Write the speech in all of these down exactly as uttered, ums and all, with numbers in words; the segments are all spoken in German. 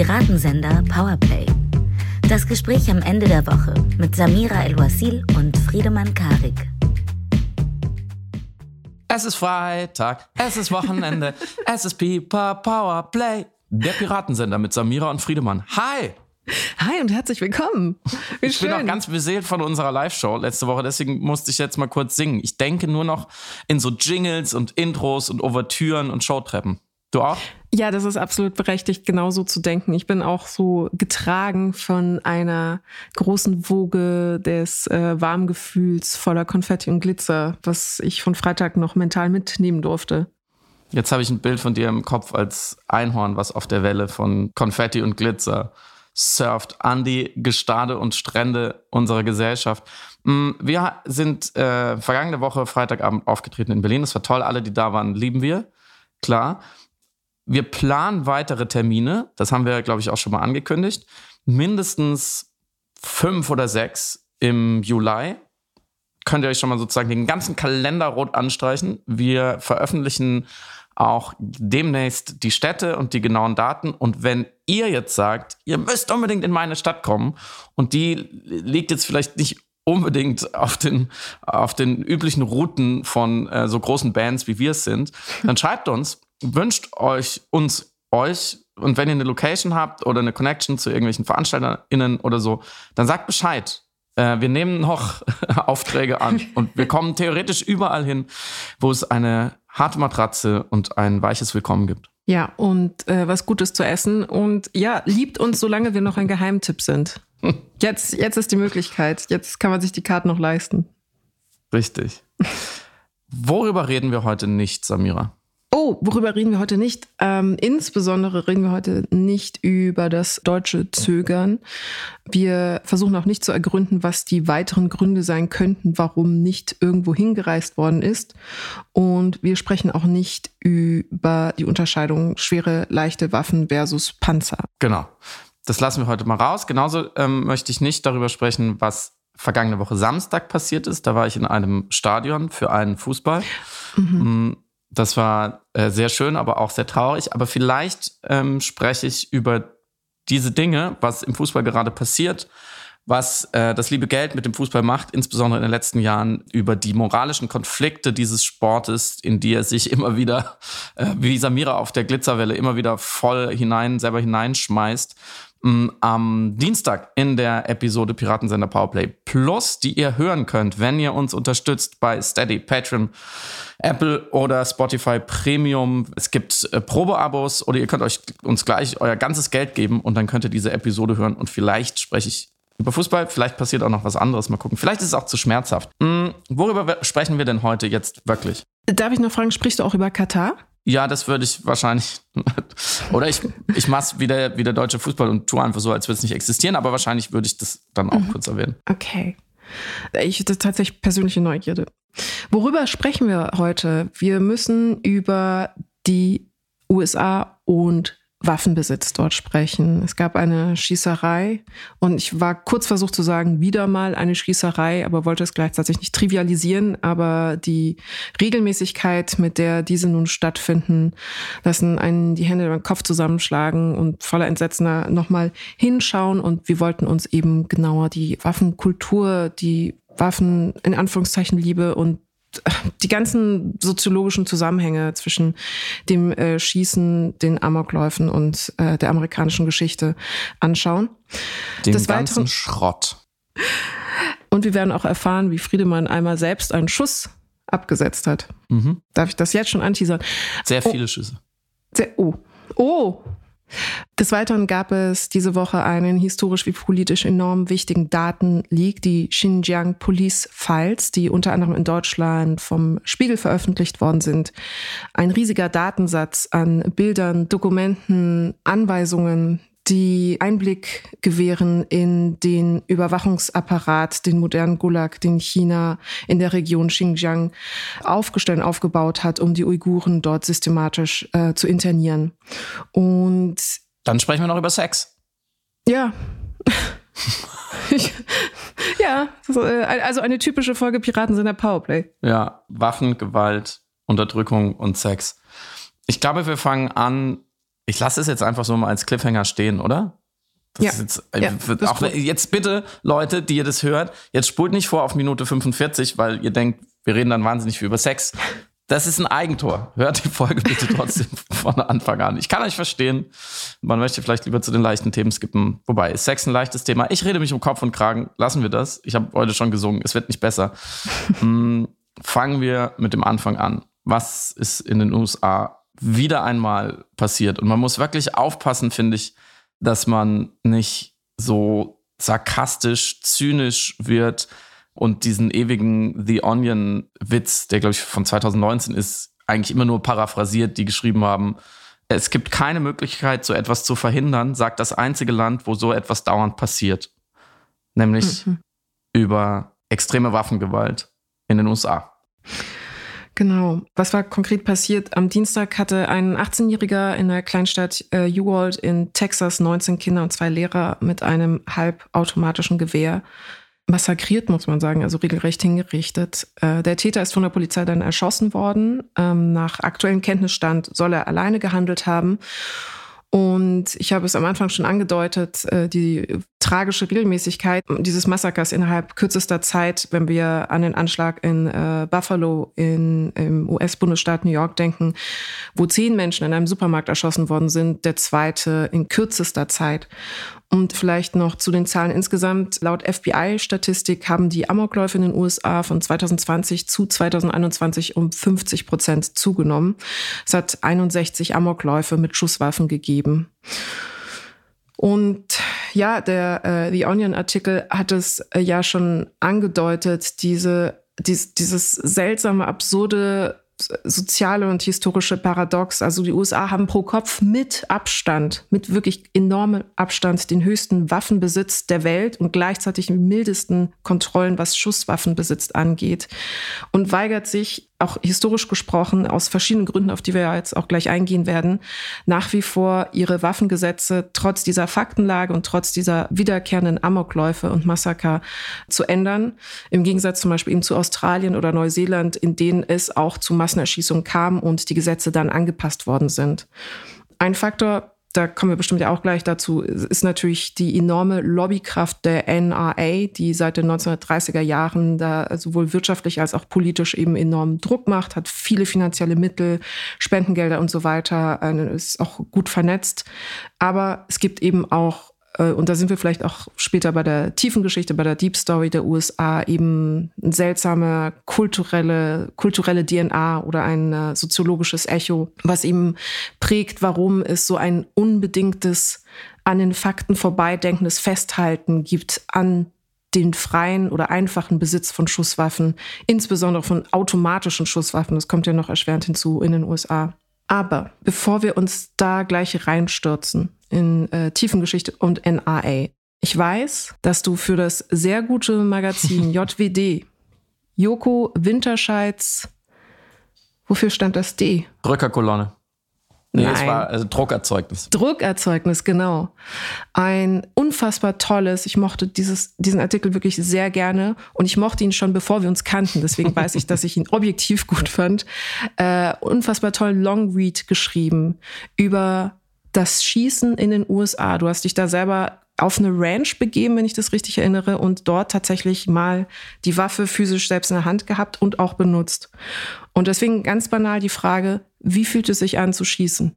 Piratensender Powerplay. Das Gespräch am Ende der Woche mit Samira El-Wasil und Friedemann Karik. Es ist Freitag, es ist Wochenende, es ist Pipa Powerplay. Der Piratensender mit Samira und Friedemann. Hi! Hi und herzlich willkommen. Wie ich schön. bin auch ganz beseelt von unserer Live-Show letzte Woche, deswegen musste ich jetzt mal kurz singen. Ich denke nur noch in so Jingles und Intros und Ouvertüren und Showtreppen. Du auch? Ja, das ist absolut berechtigt, genauso zu denken. Ich bin auch so getragen von einer großen Woge des äh, Warmgefühls voller Konfetti und Glitzer, was ich von Freitag noch mental mitnehmen durfte. Jetzt habe ich ein Bild von dir im Kopf als Einhorn, was auf der Welle von Konfetti und Glitzer surft an die Gestade und Strände unserer Gesellschaft. Wir sind äh, vergangene Woche Freitagabend aufgetreten in Berlin. Das war toll, alle, die da waren, lieben wir, klar. Wir planen weitere Termine, das haben wir, glaube ich, auch schon mal angekündigt. Mindestens fünf oder sechs im Juli. Könnt ihr euch schon mal sozusagen den ganzen Kalender rot anstreichen. Wir veröffentlichen auch demnächst die Städte und die genauen Daten. Und wenn ihr jetzt sagt, ihr müsst unbedingt in meine Stadt kommen und die liegt jetzt vielleicht nicht unbedingt auf den, auf den üblichen Routen von äh, so großen Bands, wie wir es sind, dann schreibt uns, wünscht euch uns euch und wenn ihr eine Location habt oder eine Connection zu irgendwelchen VeranstalterInnen oder so, dann sagt Bescheid. Äh, wir nehmen noch Aufträge an und wir kommen theoretisch überall hin, wo es eine harte Matratze und ein weiches Willkommen gibt. Ja, und äh, was Gutes zu essen. Und ja, liebt uns, solange wir noch ein Geheimtipp sind. Jetzt, jetzt ist die Möglichkeit. Jetzt kann man sich die Karten noch leisten. Richtig. Worüber reden wir heute nicht, Samira? Oh, worüber reden wir heute nicht? Ähm, insbesondere reden wir heute nicht über das deutsche Zögern. Wir versuchen auch nicht zu ergründen, was die weiteren Gründe sein könnten, warum nicht irgendwo hingereist worden ist. Und wir sprechen auch nicht über die Unterscheidung schwere, leichte Waffen versus Panzer. Genau. Das lassen wir heute mal raus. Genauso ähm, möchte ich nicht darüber sprechen, was vergangene Woche Samstag passiert ist. Da war ich in einem Stadion für einen Fußball. Mhm. Das war äh, sehr schön, aber auch sehr traurig. Aber vielleicht ähm, spreche ich über diese Dinge, was im Fußball gerade passiert, was äh, das liebe Geld mit dem Fußball macht, insbesondere in den letzten Jahren, über die moralischen Konflikte dieses Sportes, in die er sich immer wieder, äh, wie Samira auf der Glitzerwelle, immer wieder voll hinein, selber hineinschmeißt. Am Dienstag in der Episode Piratensender Powerplay Plus, die ihr hören könnt, wenn ihr uns unterstützt bei Steady, Patreon, Apple oder Spotify Premium. Es gibt äh, Probeabos oder ihr könnt euch uns gleich euer ganzes Geld geben und dann könnt ihr diese Episode hören und vielleicht spreche ich über Fußball, vielleicht passiert auch noch was anderes, mal gucken. Vielleicht ist es auch zu schmerzhaft. Hm, worüber sprechen wir denn heute jetzt wirklich? Darf ich noch fragen, sprichst du auch über Katar? Ja, das würde ich wahrscheinlich, oder ich, ich mach's wie der, wie der deutsche Fußball und tue einfach so, als würde es nicht existieren, aber wahrscheinlich würde ich das dann auch mhm. kurz erwähnen. Okay. Ich hätte tatsächlich persönliche Neugierde. Worüber sprechen wir heute? Wir müssen über die U S A und Waffenbesitz dort sprechen. Es gab eine Schießerei und ich war kurz versucht zu sagen, wieder mal eine Schießerei, aber wollte es gleichzeitig nicht trivialisieren. Aber die Regelmäßigkeit, mit der diese nun stattfinden, lassen einen die Hände über den Kopf zusammenschlagen und voller Entsetzen nochmal hinschauen. Und wir wollten uns eben genauer die Waffenkultur, die Waffen in Anführungszeichen Liebe und die ganzen soziologischen Zusammenhänge zwischen dem äh, Schießen, den Amokläufen und äh, der amerikanischen Geschichte anschauen. Den Des ganzen Weiteren, Schrott. Und wir werden auch erfahren, wie Friedemann einmal selbst einen Schuss abgesetzt hat. Mhm. Darf ich das jetzt schon anteasern? Sehr viele oh. Schüsse. Sehr, oh. Oh. Des Weiteren gab es diese Woche einen historisch wie politisch enorm wichtigen Datenleak, die Xinjiang Police Files, die unter anderem in Deutschland vom Spiegel veröffentlicht worden sind. Ein riesiger Datensatz an Bildern, Dokumenten, Anweisungen, die Einblick gewähren in den Überwachungsapparat, den modernen Gulag, den China in der Region Xinjiang aufgestellt, aufgebaut hat, um die Uiguren dort systematisch äh, zu internieren. Und dann sprechen wir noch über Sex. Ja. ja, also eine typische Folge Piratensender Powerplay. Ja, Waffen, Gewalt, Unterdrückung und Sex. Ich glaube, wir fangen an Ich lasse es jetzt einfach so mal als Cliffhanger stehen, oder? Das ja. ist jetzt, ja, wird auch, jetzt bitte, Leute, die ihr das hört, jetzt spult nicht vor auf Minute fünfundvierzig, weil ihr denkt, wir reden dann wahnsinnig viel über Sex. Das ist ein Eigentor. Hört die Folge bitte trotzdem von Anfang an. Ich kann euch verstehen. Man möchte vielleicht lieber zu den leichten Themen skippen. Wobei, ist Sex ein leichtes Thema? Ich rede mich um Kopf und Kragen. Lassen wir das. Ich habe heute schon gesungen. Es wird nicht besser. hm, fangen wir mit dem Anfang an. Was ist in den U S A wieder einmal passiert? Und man muss wirklich aufpassen, finde ich, dass man nicht so sarkastisch, zynisch wird und diesen ewigen The Onion-Witz, der, glaube ich, von zwanzig neunzehn ist, eigentlich immer nur paraphrasiert, die geschrieben haben, es gibt keine Möglichkeit, so etwas zu verhindern, sagt das einzige Land, wo so etwas dauernd passiert. Nämlich mhm. über extreme Waffengewalt in den U S A. Genau. Was war konkret passiert? Am Dienstag hatte ein achtzehnjähriger in der Kleinstadt äh, Uvalde in Texas neunzehn Kinder und zwei Lehrer mit einem halbautomatischen Gewehr massakriert, muss man sagen, also regelrecht hingerichtet. Äh, der Täter ist von der Polizei dann erschossen worden. Ähm, nach aktuellem Kenntnisstand soll er alleine gehandelt haben. Und ich habe es am Anfang schon angedeutet, äh, die tragische Regelmäßigkeit dieses Massakers innerhalb kürzester Zeit, wenn wir an den Anschlag in äh, Buffalo in, im U S-Bundesstaat New York denken, wo zehn Menschen in einem Supermarkt erschossen worden sind, der zweite in kürzester Zeit. Und vielleicht noch zu den Zahlen insgesamt. Laut F B I-Statistik haben die Amokläufe in den U S A von zwanzig zwanzig zu zwanzig einundzwanzig um fünfzig Prozent zugenommen. Es hat einundsechzig Amokläufe mit Schusswaffen gegeben. Und ja, der äh, The Onion-Artikel hat es äh, ja schon angedeutet, diese, dies, dieses seltsame, absurde soziale und historische Paradox. Also die U S A haben pro Kopf mit Abstand, mit wirklich enormem Abstand den höchsten Waffenbesitz der Welt und gleichzeitig die mildesten Kontrollen, was Schusswaffenbesitz angeht. Und weigert sich, auch historisch gesprochen, aus verschiedenen Gründen, auf die wir ja jetzt auch gleich eingehen werden, nach wie vor ihre Waffengesetze trotz dieser Faktenlage und trotz dieser wiederkehrenden Amokläufe und Massaker zu ändern. Im Gegensatz zum Beispiel eben zu Australien oder Neuseeland, in denen es auch zu Massenerschießungen kam und die Gesetze dann angepasst worden sind. Ein Faktor, da kommen wir bestimmt ja auch gleich dazu, ist natürlich die enorme Lobbykraft der N R A, die seit den neunzehnhundertdreißiger Jahren da sowohl wirtschaftlich als auch politisch eben enormen Druck macht, hat viele finanzielle Mittel, Spendengelder und so weiter, ist auch gut vernetzt. Aber es gibt eben auch, und da sind wir vielleicht auch später bei der tiefen Geschichte, bei der Deep Story der U S A, eben eine seltsame kulturelle, kulturelle D N A oder ein äh, soziologisches Echo, was eben prägt, warum es so ein unbedingtes, an den Fakten vorbeidenkendes Festhalten gibt an den freien oder einfachen Besitz von Schusswaffen, insbesondere von automatischen Schusswaffen. Das kommt ja noch erschwerend hinzu in den U S A. Aber bevor wir uns da gleich reinstürzen in äh, Tiefengeschichte und N R A, ich weiß, dass du für das sehr gute Magazin J W D, Joko Winterscheids, wofür stand das D? Drückerkolonne. Nee, Nein. es war also Druckerzeugnis. Druckerzeugnis, genau. Ein unfassbar tolles, ich mochte dieses, diesen Artikel wirklich sehr gerne und ich mochte ihn schon, bevor wir uns kannten, deswegen weiß ich, dass ich ihn objektiv gut fand. Äh, unfassbar tollen Longread geschrieben über das Schießen in den U S A. Du hast dich da selber auf eine Ranch begeben, wenn ich das richtig erinnere, und dort tatsächlich mal die Waffe physisch selbst in der Hand gehabt und auch benutzt. Und deswegen ganz banal die Frage, wie fühlt es sich an zu schießen?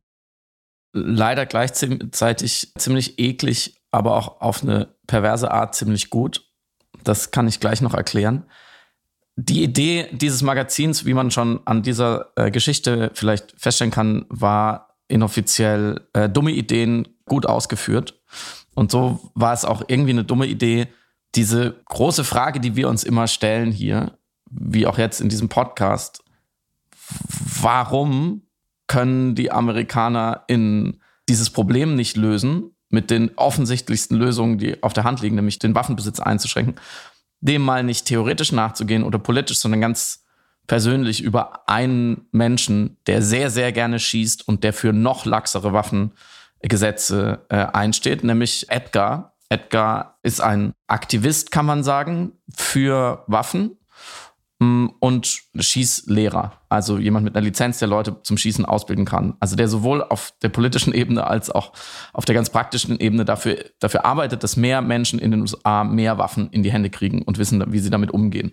Leider gleichzeitig ziemlich eklig, aber auch auf eine perverse Art ziemlich gut. Das kann ich gleich noch erklären. Die Idee dieses Magazins, wie man schon an dieser äh, Geschichte vielleicht feststellen kann, war inoffiziell äh, dumme Ideen gut ausgeführt. Und so war es auch irgendwie eine dumme Idee, diese große Frage, die wir uns immer stellen hier, wie auch jetzt in diesem Podcast, warum können die Amerikaner in dieses Problem nicht lösen, mit den offensichtlichsten Lösungen, die auf der Hand liegen, nämlich den Waffenbesitz einzuschränken, dem mal nicht theoretisch nachzugehen oder politisch, sondern ganz persönlich über einen Menschen, der sehr, sehr gerne schießt und der für noch laxere Waffengesetze äh, einsteht, nämlich Edgar. Edgar ist ein Aktivist, kann man sagen, für Waffen und Schießlehrer, also jemand mit einer Lizenz, der Leute zum Schießen ausbilden kann. Also der sowohl auf der politischen Ebene als auch auf der ganz praktischen Ebene dafür, dafür arbeitet, dass mehr Menschen in den U S A mehr Waffen in die Hände kriegen und wissen, wie sie damit umgehen.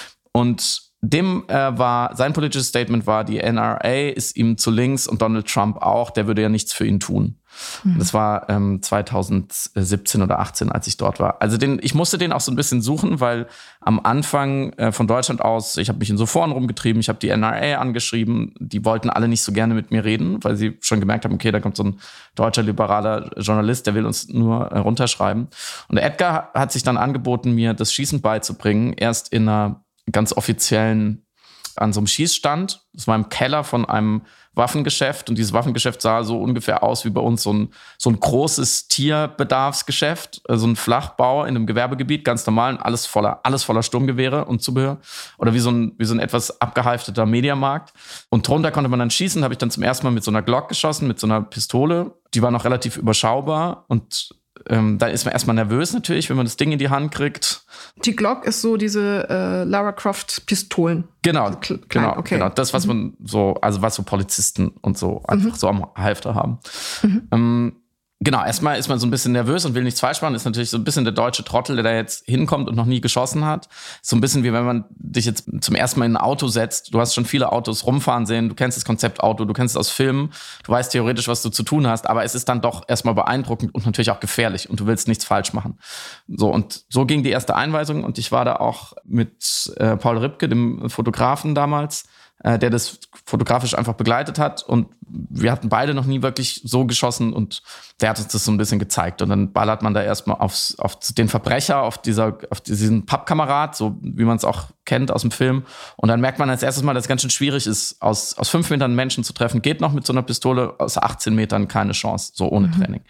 Und dem äh, war, sein politisches Statement war, die N R A ist ihm zu links und Donald Trump auch, der würde ja nichts für ihn tun. Mhm. Das war ähm, zwanzig siebzehn oder achtzehn, als ich dort war. Also den, ich musste den auch so ein bisschen suchen, weil am Anfang äh, von Deutschland aus, ich habe mich in so Foren rumgetrieben, ich habe die N R A angeschrieben, die wollten alle nicht so gerne mit mir reden, weil sie schon gemerkt haben, okay, da kommt so ein deutscher liberaler Journalist, der will uns nur äh, runterschreiben. Und der Edgar hat sich dann angeboten, mir das Schießen beizubringen, erst in einer ganz offiziellen, an so einem Schießstand. Das war im Keller von einem Waffengeschäft und dieses Waffengeschäft sah so ungefähr aus wie bei uns so ein, so ein großes Tierbedarfsgeschäft, so ein Flachbau in einem Gewerbegebiet, ganz normal, alles voller, alles voller Sturmgewehre und Zubehör oder wie so ein, wie so ein etwas abgehalfteter Mediamarkt. Und drunter konnte man dann schießen, habe ich dann zum ersten Mal mit so einer Glock geschossen, mit so einer Pistole. Die war noch relativ überschaubar und Ähm, da ist man erstmal nervös natürlich, wenn man das Ding in die Hand kriegt. Die Glock ist so diese äh, Lara Croft Pistolen. Genau, Klein, genau, okay. genau. Das, was mhm. man so, also was so Polizisten und so einfach mhm. so am Halfter haben. Mhm. Ähm, Genau, erstmal ist man so ein bisschen nervös und will nichts falsch machen. Ist natürlich so ein bisschen der deutsche Trottel, der da jetzt hinkommt und noch nie geschossen hat. So ein bisschen wie wenn man dich jetzt zum ersten Mal in ein Auto setzt. Du hast schon viele Autos rumfahren sehen. Du kennst das Konzeptauto, du kennst es aus Filmen. Du weißt theoretisch, was du zu tun hast. Aber es ist dann doch erstmal beeindruckend und natürlich auch gefährlich. Und du willst nichts falsch machen. So, und so ging die erste Einweisung. Und ich war da auch mit äh, Paul Ripke, dem Fotografen damals, der das fotografisch einfach begleitet hat. Und wir hatten beide noch nie wirklich so geschossen und der hat uns das so ein bisschen gezeigt. Und dann ballert man da erstmal aufs, auf den Verbrecher, auf, dieser, auf diesen Pappkamerad, so wie man es auch kennt aus dem Film. Und dann merkt man als erstes Mal, dass es ganz schön schwierig ist, aus, aus fünf Metern Menschen zu treffen. Geht noch mit so einer Pistole, aus achtzehn Metern keine Chance, so ohne mhm. Training.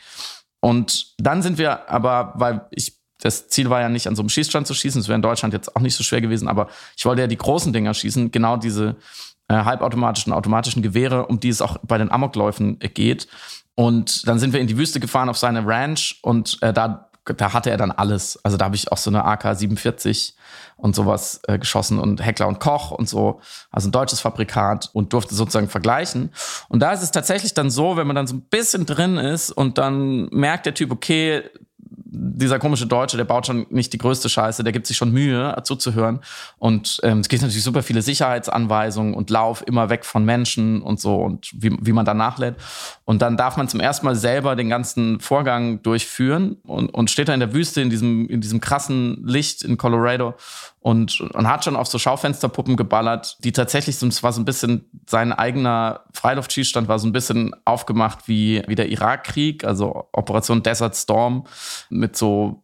Und dann sind wir aber, weil ich das Ziel war ja nicht, an so einem Schießstand zu schießen. Das wäre in Deutschland jetzt auch nicht so schwer gewesen. Aber ich wollte ja die großen Dinger schießen. Genau diese äh, halbautomatischen, automatischen Gewehre, um die es auch bei den Amokläufen geht. Und dann sind wir in die Wüste gefahren auf seine Ranch. Und äh, da, da hatte er dann alles. Also da habe ich auch so eine A K siebenundvierzig und sowas äh, geschossen. Und Heckler und Koch und so. Also ein deutsches Fabrikat. Und durfte sozusagen vergleichen. Und da ist es tatsächlich dann so, wenn man dann so ein bisschen drin ist und dann merkt der Typ, okay, dieser komische Deutsche, der baut schon nicht die größte Scheiße, der gibt sich schon Mühe, zuzuhören. Und ähm, es gibt natürlich super viele Sicherheitsanweisungen und Lauf immer weg von Menschen und so und wie, wie man da nachlädt. Und dann darf man zum ersten Mal selber den ganzen Vorgang durchführen und, und steht da in der Wüste in diesem, in diesem krassen Licht in Colorado und, und hat schon auf so Schaufensterpuppen geballert, die tatsächlich, so, es war so ein bisschen, sein eigener Freiluftschießstand war so ein bisschen aufgemacht wie, wie der Irakkrieg, also Operation Desert Storm, mit so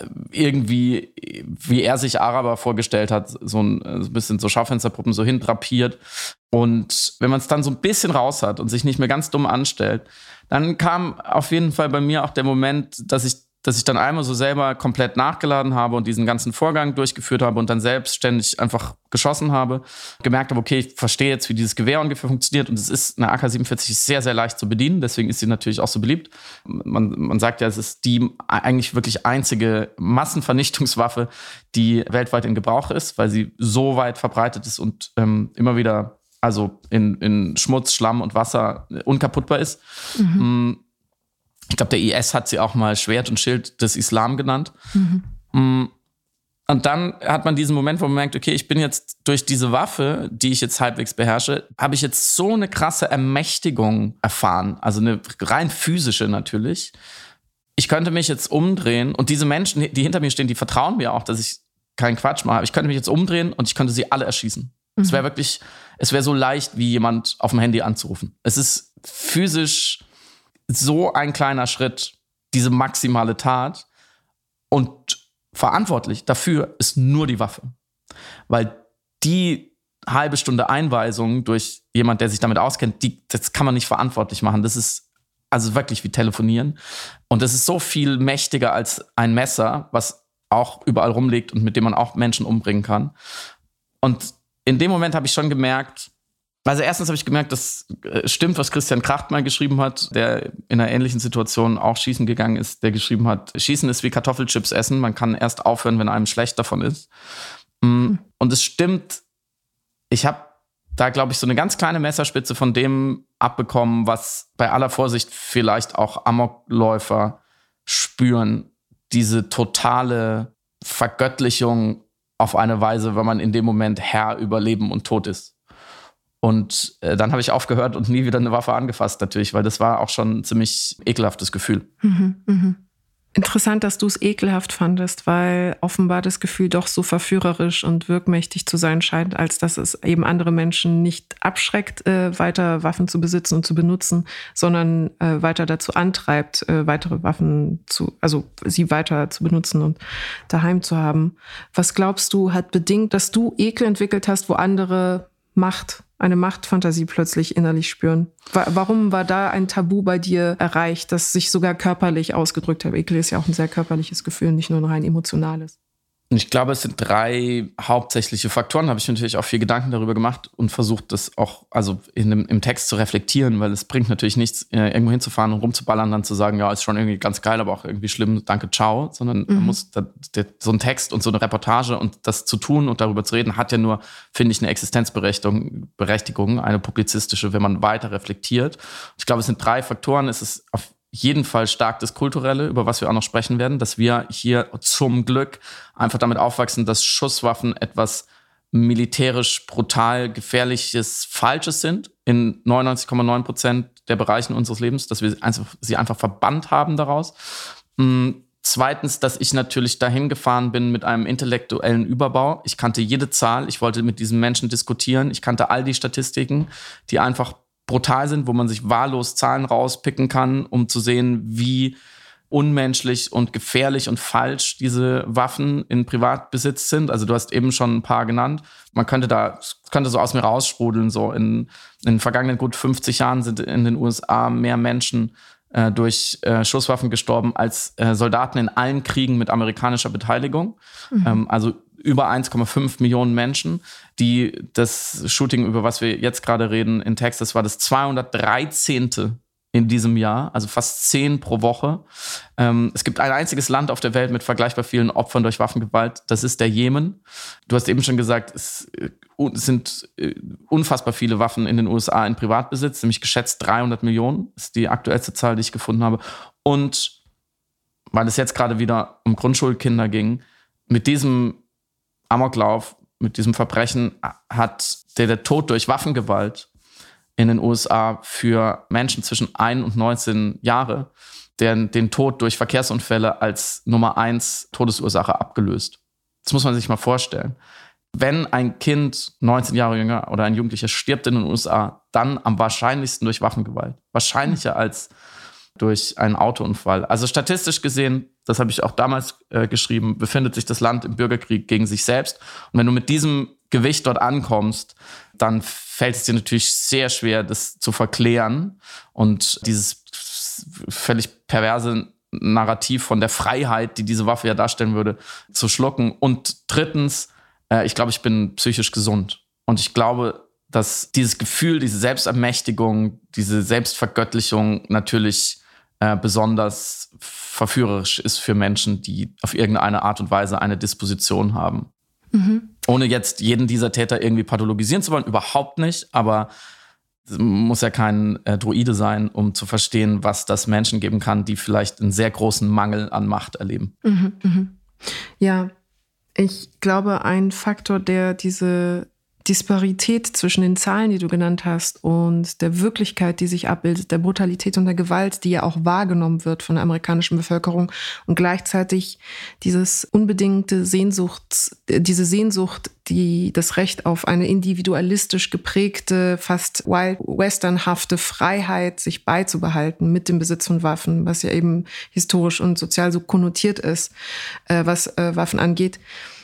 irgendwie, wie er sich Araber vorgestellt hat, so ein, so ein bisschen so Schaufensterpuppen so hindrapiert. Und wenn man es dann so ein bisschen raus hat und sich nicht mehr ganz dumm anstellt, dann kam auf jeden Fall bei mir auch der Moment, dass ich dass ich dann einmal so selber komplett nachgeladen habe und diesen ganzen Vorgang durchgeführt habe und dann selbstständig einfach geschossen habe, gemerkt habe, okay, ich verstehe jetzt, wie dieses Gewehr ungefähr funktioniert und es ist, eine A K siebenundvierzig ist sehr, sehr leicht zu bedienen, deswegen ist sie natürlich auch so beliebt. Man, man sagt ja, es ist die eigentlich wirklich einzige Massenvernichtungswaffe, die weltweit in Gebrauch ist, weil sie so weit verbreitet ist und ähm, immer wieder, also in, in Schmutz, Schlamm und Wasser unkaputtbar ist. Mhm. Ich glaube, der I S hat sie auch mal Schwert und Schild des Islam genannt. Mhm. Und dann hat man diesen Moment, wo man merkt, okay, ich bin jetzt durch diese Waffe, die ich jetzt halbwegs beherrsche, habe ich jetzt so eine krasse Ermächtigung erfahren. Also eine rein physische natürlich. Ich könnte mich jetzt umdrehen und diese Menschen, die hinter mir stehen, die vertrauen mir auch, dass ich keinen Quatsch mache. Ich könnte mich jetzt umdrehen und ich könnte sie alle erschießen. Mhm. Es wäre wirklich, es wäre so leicht, wie jemand auf dem Handy anzurufen. Es ist physisch so ein kleiner Schritt, diese maximale Tat. Und verantwortlich dafür ist nur die Waffe. Weil die halbe Stunde Einweisung durch jemand, der sich damit auskennt, die, das kann man nicht verantwortlich machen. Das ist also wirklich wie telefonieren. Und das ist so viel mächtiger als ein Messer, was auch überall rumliegt und mit dem man auch Menschen umbringen kann. Und in dem Moment habe ich schon gemerkt, also erstens habe ich gemerkt, dass äh, stimmt, was Christian Kracht mal geschrieben hat, der in einer ähnlichen Situation auch schießen gegangen ist, der geschrieben hat, Schießen ist wie Kartoffelchips essen, man kann erst aufhören, wenn einem schlecht davon ist. Mhm. Und es stimmt ich habe da, glaube ich, so eine ganz kleine Messerspitze von dem abbekommen, was bei aller Vorsicht vielleicht auch Amokläufer spüren. Diese totale Vergöttlichung auf eine Weise, wenn man in dem Moment Herr über Leben und Tod ist. Und äh, dann habe ich aufgehört und nie wieder eine Waffe angefasst natürlich, weil das war auch schon ein ziemlich ekelhaftes Gefühl. Mhm, mh. Interessant, dass du es ekelhaft fandest, weil offenbar das Gefühl doch so verführerisch und wirkmächtig zu sein scheint, als dass es eben andere Menschen nicht abschreckt, äh, weiter Waffen zu besitzen und zu benutzen, sondern äh, weiter dazu antreibt, äh, weitere Waffen zu, also sie weiter zu benutzen und daheim zu haben. Was glaubst du, hat bedingt, dass du Ekel entwickelt hast, wo andere Macht, eine Machtfantasie plötzlich innerlich spüren? Warum war da ein Tabu bei dir erreicht, das sich sogar körperlich ausgedrückt hat? Ekel ist ja auch ein sehr körperliches Gefühl, nicht nur ein rein emotionales. Ich glaube, es sind drei hauptsächliche Faktoren. Da habe ich natürlich auch viel Gedanken darüber gemacht und versucht, das auch also in dem, im Text zu reflektieren, weil es bringt natürlich nichts, irgendwo hinzufahren und rumzuballern, dann zu sagen, ja, ist schon irgendwie ganz geil, aber auch irgendwie schlimm, danke, ciao. Sondern mhm. man muss da, der, so ein Text und so eine Reportage und das zu tun und darüber zu reden, hat ja nur, finde ich, eine Existenzberechtigung, Berechtigung, eine publizistische, wenn man weiter reflektiert. Ich glaube, es sind drei Faktoren. Es ist auf jeden Fall stark das Kulturelle, über was wir auch noch sprechen werden, dass wir hier zum Glück einfach damit aufwachsen, dass Schusswaffen etwas militärisch brutal gefährliches, Falsches sind in neunundneunzig Komma neun Prozent der Bereichen unseres Lebens, dass wir sie einfach verbannt haben daraus. Zweitens, dass ich natürlich dahin gefahren bin mit einem intellektuellen Überbau. Ich kannte jede Zahl, ich wollte mit diesen Menschen diskutieren, ich kannte all die Statistiken, die einfach brutal sind, wo man sich wahllos Zahlen rauspicken kann, um zu sehen, wie unmenschlich und gefährlich und falsch diese Waffen in Privatbesitz sind. Also du hast eben schon ein paar genannt. Man könnte da, könnte so aus mir raussprudeln, so in, in den vergangenen gut fünfzig Jahren sind in den U S A mehr Menschen äh, durch äh, Schusswaffen gestorben als äh, Soldaten in allen Kriegen mit amerikanischer Beteiligung. Mhm. Ähm, also über eins Komma fünf Millionen Menschen, die das Shooting, über was wir jetzt gerade reden, in Texas war das zweihundertdreizehnte in diesem Jahr, also fast zehn pro Woche. Ähm, es gibt ein einziges Land auf der Welt mit vergleichbar vielen Opfern durch Waffengewalt, das ist der Jemen. Du hast eben schon gesagt, es sind unfassbar viele Waffen in den U S A in Privatbesitz, nämlich geschätzt dreihundert Millionen, ist die aktuellste Zahl, die ich gefunden habe. Und weil es jetzt gerade wieder um Grundschulkinder ging, mit diesem Amoklauf, mit diesem Verbrechen hat der, der Tod durch Waffengewalt in den U S A für Menschen zwischen ein und neunzehn Jahre den, den Tod durch Verkehrsunfälle als Nummer eins Todesursache abgelöst. Das muss man sich mal vorstellen. Wenn ein Kind neunzehn Jahre jünger oder ein Jugendlicher stirbt in den U S A, dann am wahrscheinlichsten durch Waffengewalt. Wahrscheinlicher als durch einen Autounfall. Also statistisch gesehen, das habe ich auch damals äh, geschrieben, befindet sich das Land im Bürgerkrieg gegen sich selbst. Und wenn du mit diesem Gewicht dort ankommst, dann fällt es dir natürlich sehr schwer, das zu verklären und dieses völlig perverse Narrativ von der Freiheit, die diese Waffe ja darstellen würde, zu schlucken. Und drittens, äh, ich glaube, ich bin psychisch gesund. Und ich glaube, dass dieses Gefühl, diese Selbstermächtigung, diese Selbstvergöttlichung natürlich äh, besonders verführerisch ist für Menschen, die auf irgendeine Art und Weise eine Disposition haben. Mhm. Ohne jetzt jeden dieser Täter irgendwie pathologisieren zu wollen, überhaupt nicht, aber es muss ja kein äh, Droide sein, um zu verstehen, was das Menschen geben kann, die vielleicht einen sehr großen Mangel an Macht erleben. Mhm, mhm. Ja, ich glaube, ein Faktor, der diese Disparität zwischen den Zahlen, die du genannt hast, und der Wirklichkeit, die sich abbildet, der Brutalität und der Gewalt, die ja auch wahrgenommen wird von der amerikanischen Bevölkerung, und gleichzeitig dieses unbedingte Sehnsucht, diese Sehnsucht, die das Recht auf eine individualistisch geprägte, fast Wild Westernhafte Freiheit sich beizubehalten mit dem Besitz von Waffen, was ja eben historisch und sozial so konnotiert ist, äh, was äh, Waffen angeht,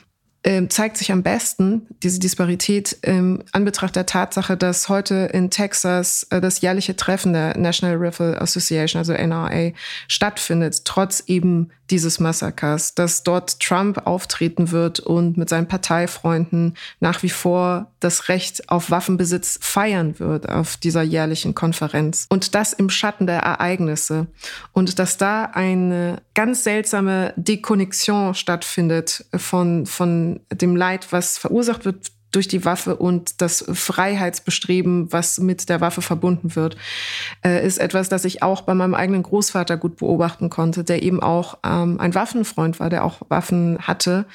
zeigt sich am besten, diese Disparität, im Anbetracht der Tatsache, dass heute in Texas das jährliche Treffen der National Rifle Association, also N R A, stattfindet, trotz eben dieses Massakers, dass dort Trump auftreten wird und mit seinen Parteifreunden nach wie vor das Recht auf Waffenbesitz feiern wird auf dieser jährlichen Konferenz. Und das im Schatten der Ereignisse. Und dass da eine ganz seltsame Dekonnexion stattfindet von, von dem Leid, was verursacht wird durch die Waffe und das Freiheitsbestreben, was mit der Waffe verbunden wird, äh, ist etwas, das ich auch bei meinem eigenen Großvater gut beobachten konnte, der eben auch ähm, ein Waffenfreund war, der auch Waffen hatte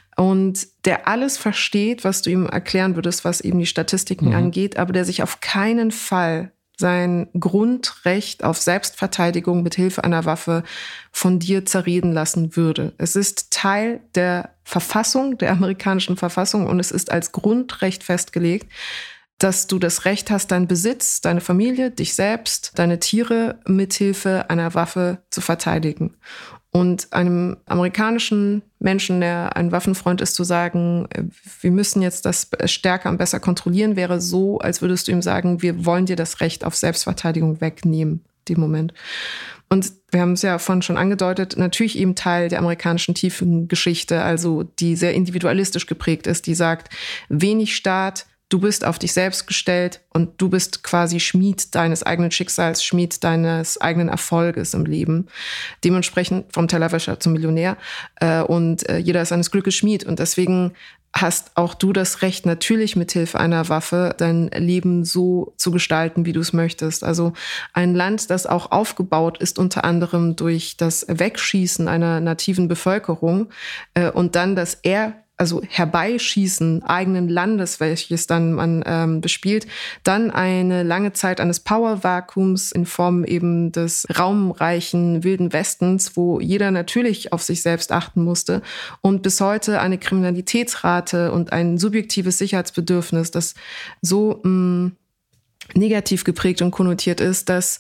und der alles versteht, was du ihm erklären würdest, was eben die Statistiken mhm. angeht, aber der sich auf keinen Fall sein Grundrecht auf Selbstverteidigung mit Hilfe einer Waffe von dir zerreden lassen würde. Es ist Teil der Verfassung, der amerikanischen Verfassung, und es ist als Grundrecht festgelegt, dass du das Recht hast, deinen Besitz, deine Familie, dich selbst, deine Tiere mit Hilfe einer Waffe zu verteidigen. Und einem amerikanischen Menschen, der ein Waffenfreund ist, zu sagen, wir müssen jetzt das stärker und besser kontrollieren, wäre so, als würdest du ihm sagen, wir wollen dir das Recht auf Selbstverteidigung wegnehmen, dem Moment. Und wir haben es ja vorhin schon angedeutet, natürlich eben Teil der amerikanischen tiefen Geschichte, also die sehr individualistisch geprägt ist, die sagt, wenig Staat, du bist auf dich selbst gestellt und du bist quasi Schmied deines eigenen Schicksals, Schmied deines eigenen Erfolges im Leben. Dementsprechend vom Tellerwäscher zum Millionär. Äh, und äh, jeder ist seines Glückes Schmied. Und deswegen hast auch du das Recht, natürlich mit Hilfe einer Waffe dein Leben so zu gestalten, wie du es möchtest. Also ein Land, das auch aufgebaut ist, unter anderem durch das Wegschießen einer nativen Bevölkerung äh, und dann das er also Herbeischießen eigenen Landes, welches dann man ähm, bespielt, dann eine lange Zeit eines Power-Vakuums in Form eben des raumreichen Wilden Westens, wo jeder natürlich auf sich selbst achten musste und bis heute eine Kriminalitätsrate und ein subjektives Sicherheitsbedürfnis, das so mh, negativ geprägt und konnotiert ist, dass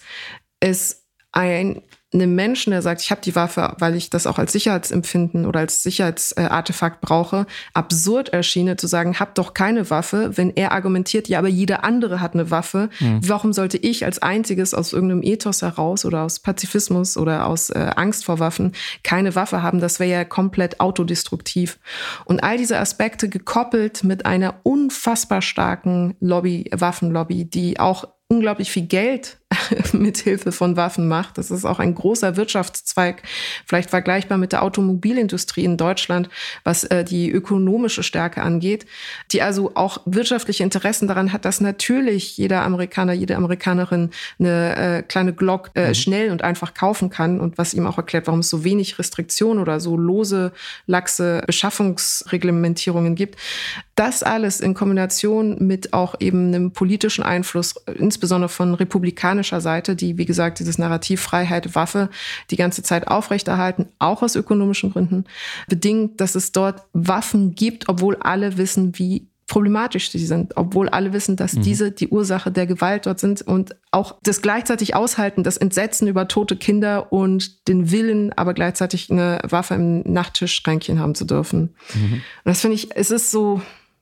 es ein einem Menschen, der sagt, ich habe die Waffe, weil ich das auch als Sicherheitsempfinden oder als Sicherheitsartefakt brauche, absurd erschiene zu sagen, hab doch keine Waffe, wenn er argumentiert, ja, aber jeder andere hat eine Waffe. Mhm. Warum sollte ich als einziges aus irgendeinem Ethos heraus oder aus Pazifismus oder aus äh, Angst vor Waffen keine Waffe haben? Das wäre ja komplett autodestruktiv. Und all diese Aspekte gekoppelt mit einer unfassbar starken Lobby, Waffenlobby, die auch unglaublich viel Geld mit Hilfe von Waffen macht. Das ist auch ein großer Wirtschaftszweig, vielleicht vergleichbar mit der Automobilindustrie in Deutschland, was äh, die ökonomische Stärke angeht, die also auch wirtschaftliche Interessen daran hat, dass natürlich jeder Amerikaner, jede Amerikanerin eine äh, kleine Glock äh, mhm. schnell und einfach kaufen kann und was ihm auch erklärt, warum es so wenig Restriktionen oder so lose, laxe Beschaffungsreglementierungen gibt. Das alles in Kombination mit auch eben einem politischen Einfluss, insbesondere von republikanischer Seite, die, wie gesagt, dieses Narrativ Freiheit, Waffe die ganze Zeit aufrechterhalten, auch aus ökonomischen Gründen, bedingt, dass es dort Waffen gibt, obwohl alle wissen, wie problematisch sie sind, obwohl alle wissen, dass mhm. diese die Ursache der Gewalt dort sind und auch das gleichzeitig aushalten, das Entsetzen über tote Kinder und den Willen, aber gleichzeitig eine Waffe im Nachttischschränkchen haben zu dürfen. Mhm. Und das finde ich, es ist so...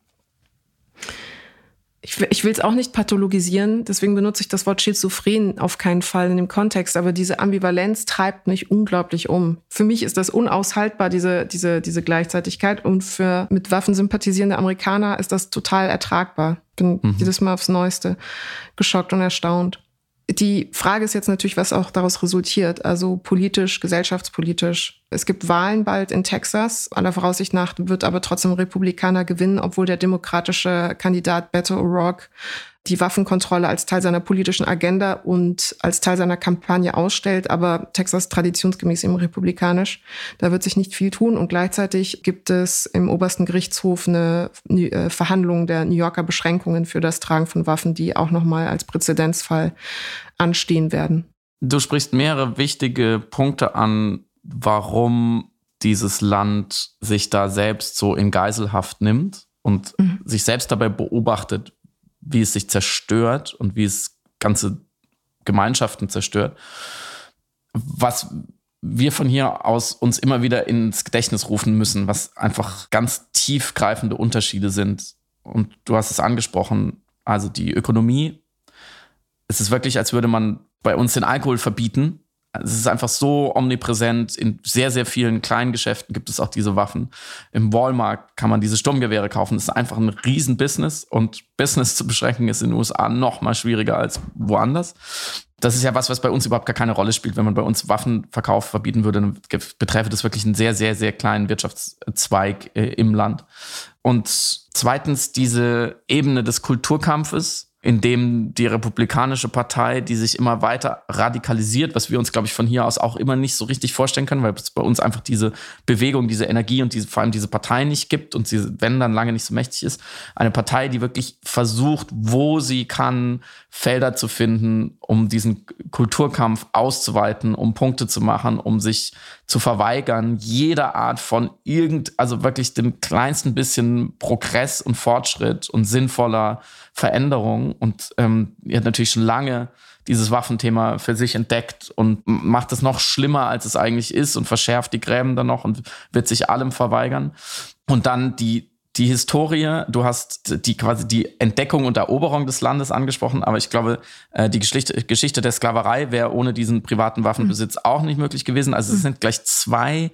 Ich, ich will es auch nicht pathologisieren, deswegen benutze ich das Wort Schizophren auf keinen Fall in dem Kontext, aber diese Ambivalenz treibt mich unglaublich um. Für mich ist das unaushaltbar, diese, diese, diese Gleichzeitigkeit, und für mit Waffen sympathisierende Amerikaner ist das total ertragbar. Bin mhm. jedes Mal aufs Neueste geschockt und erstaunt. Die Frage ist jetzt natürlich, was auch daraus resultiert, also politisch, gesellschaftspolitisch. Es gibt Wahlen bald in Texas. Aller Voraussicht nach wird aber trotzdem Republikaner gewinnen, obwohl der demokratische Kandidat Beto O'Rourke die Waffenkontrolle als Teil seiner politischen Agenda und als Teil seiner Kampagne ausstellt. Aber Texas traditionsgemäß eben republikanisch. Da wird sich nicht viel tun. Und gleichzeitig gibt es im obersten Gerichtshof eine Verhandlung der New Yorker Beschränkungen für das Tragen von Waffen, die auch nochmal als Präzedenzfall anstehen werden. Du sprichst mehrere wichtige Punkte an, warum dieses Land sich da selbst so in Geiselhaft nimmt und mhm. sich selbst dabei beobachtet, wie es sich zerstört und wie es ganze Gemeinschaften zerstört. Was wir von hier aus uns immer wieder ins Gedächtnis rufen müssen, was einfach ganz tiefgreifende Unterschiede sind. Und du hast es angesprochen, also die Ökonomie. Es ist wirklich, als würde man bei uns den Alkohol verbieten. Es ist einfach so omnipräsent. In sehr, sehr vielen kleinen Geschäften gibt es auch diese Waffen. Im Walmart kann man diese Sturmgewehre kaufen. Das ist einfach ein Riesen-Business. Und Business zu beschränken ist in den U S A noch mal schwieriger als woanders. das ist ja was, was bei uns überhaupt gar keine Rolle spielt. Wenn man bei uns Waffenverkauf verbieten würde, dann beträfe das wirklich einen sehr, sehr, sehr kleinen Wirtschaftszweig äh, im Land. Und zweitens diese Ebene des Kulturkampfes, in dem die Republikanische Partei, die sich immer weiter radikalisiert, was wir uns, glaube ich, von hier aus auch immer nicht so richtig vorstellen können, weil es bei uns einfach diese Bewegung, diese Energie und diese, vor allem diese Partei nicht gibt und sie, wenn dann lange nicht so mächtig ist. Eine Partei, die wirklich versucht, wo sie kann, Felder zu finden, um diesen Kulturkampf auszuweiten, um Punkte zu machen, um sich zu verweigern, jeder Art von irgend, also wirklich dem kleinsten bisschen Progress und Fortschritt und sinnvoller Veränderung. Und ähm, er hat natürlich schon lange dieses Waffenthema für sich entdeckt und macht es noch schlimmer, als es eigentlich ist und verschärft die Gräben dann noch und wird sich allem verweigern. Und dann die Die Historie, du hast die quasi die Entdeckung und Eroberung des Landes angesprochen, aber ich glaube, die Geschichte, Geschichte der Sklaverei wäre ohne diesen privaten Waffenbesitz auch nicht möglich gewesen. Also es sind gleich zwei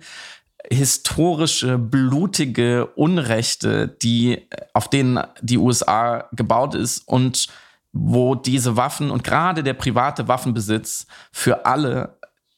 historische, blutige Unrechte, die, auf denen die U S A gebaut ist und wo diese Waffen und gerade der private Waffenbesitz für alle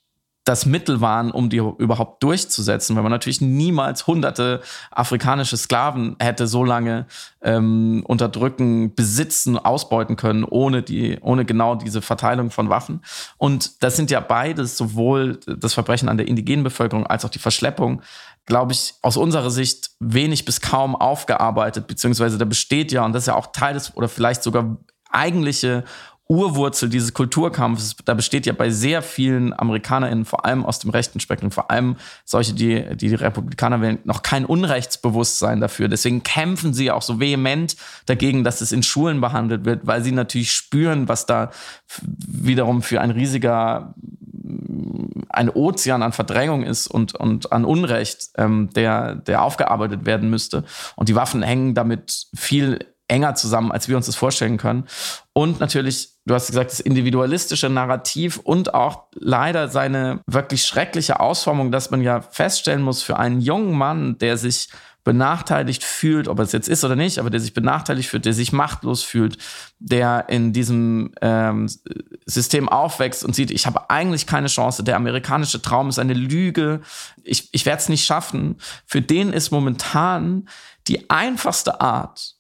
das Mittel waren, um die überhaupt durchzusetzen, weil man natürlich niemals hunderte afrikanische Sklaven hätte so lange ähm, unterdrücken, besitzen, ausbeuten können, ohne die, ohne genau diese Verteilung von Waffen. Und das sind ja beides, sowohl das Verbrechen an der indigenen Bevölkerung als auch die Verschleppung, glaube ich, aus unserer Sicht wenig bis kaum aufgearbeitet, beziehungsweise da besteht ja, und das ist ja auch Teil des, oder vielleicht sogar eigentliche Urwurzel dieses Kulturkampfes, da besteht ja bei sehr vielen AmerikanerInnen, vor allem aus dem rechten Spektrum, vor allem solche, die die, die Republikaner wählen, noch kein Unrechtsbewusstsein dafür. Deswegen kämpfen sie auch so vehement dagegen, dass es in Schulen behandelt wird, weil sie natürlich spüren, was da wiederum für ein riesiger, ein Ozean an Verdrängung ist und, und an Unrecht, ähm, der, der aufgearbeitet werden müsste. Und die Waffen hängen damit viel enger zusammen, als wir uns das vorstellen können. Und natürlich, du hast gesagt, das individualistische Narrativ und auch leider seine wirklich schreckliche Ausformung, dass man ja feststellen muss, für einen jungen Mann, der sich benachteiligt fühlt, ob er es jetzt ist oder nicht, aber der sich benachteiligt fühlt, der sich machtlos fühlt, der in diesem ähm, System aufwächst und sieht, ich habe eigentlich keine Chance, der amerikanische Traum ist eine Lüge, ich, ich werde es nicht schaffen. Für den ist momentan die einfachste Art,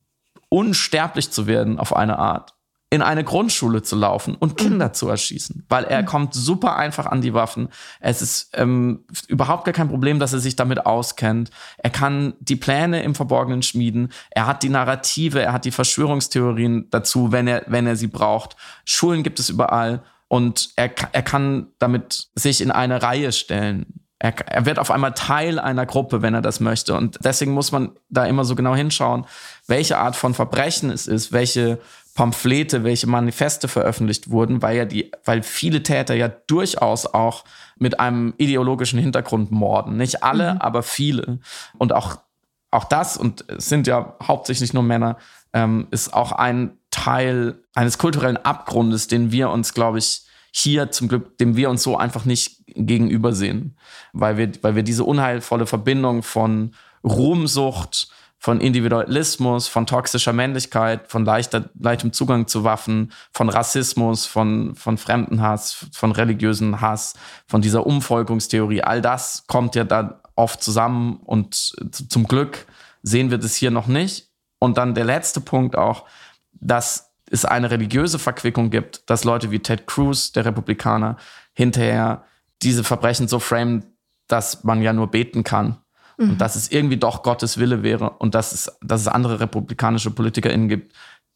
unsterblich zu werden auf eine Art, in eine Grundschule zu laufen und Kinder zu erschießen, weil er kommt super einfach an die Waffen. Es ist ähm, überhaupt gar kein Problem, dass er sich damit auskennt. Er kann die Pläne im Verborgenen schmieden. Er hat die Narrative, er hat die Verschwörungstheorien dazu, wenn er, wenn er sie braucht. Schulen gibt es überall und er, er kann damit sich in eine Reihe stellen. Er, er wird auf einmal Teil einer Gruppe, wenn er das möchte. Und deswegen muss man da immer so genau hinschauen, welche Art von Verbrechen es ist, welche Pamphlete, welche Manifeste veröffentlicht wurden, weil ja die, weil viele Täter ja durchaus auch mit einem ideologischen Hintergrund morden. Nicht alle, mhm. aber viele. Und auch, auch das, und es sind ja hauptsächlich nur Männer, ähm, ist auch ein Teil eines kulturellen Abgrundes, den wir uns, glaube ich, hier zum Glück, dem wir uns so einfach nicht gegenübersehen, weil wir, weil wir diese unheilvolle Verbindung von Ruhmsucht, von Individualismus, von toxischer Männlichkeit, von leichter, leichtem Zugang zu Waffen, von Rassismus, von, von Fremdenhass, von religiösen Hass, von dieser Umvolkungstheorie, all das kommt ja da oft zusammen und zum Glück sehen wir das hier noch nicht. Und dann der letzte Punkt auch, dass es eine religiöse Verquickung gibt, dass Leute wie Ted Cruz, der Republikaner, hinterher diese Verbrechen so framen, dass man ja nur beten kann. Mhm. Und dass es irgendwie doch Gottes Wille wäre und dass es, dass es andere republikanische PolitikerInnen gibt,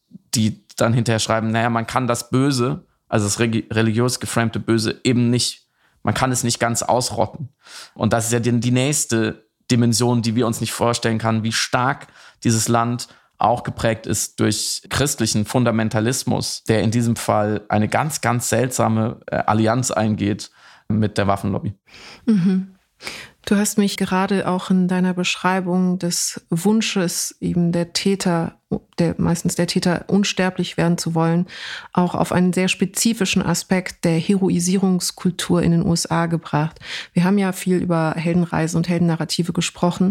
die dann hinterher schreiben, naja, man kann das Böse, also das religiös geframte Böse, eben nicht, man kann es nicht ganz ausrotten. Und das ist ja die, die nächste Dimension, die wir uns nicht vorstellen können, wie stark dieses Land auch geprägt ist durch christlichen Fundamentalismus, der in diesem Fall eine ganz, ganz seltsame äh, Allianz eingeht mit der Waffenlobby. Mhm. Du hast mich gerade auch in deiner Beschreibung des Wunsches eben der Täter, der meistens der Täter unsterblich werden zu wollen, auch auf einen sehr spezifischen Aspekt der Heroisierungskultur in den U S A gebracht. Wir haben ja viel über Heldenreisen und Heldennarrative gesprochen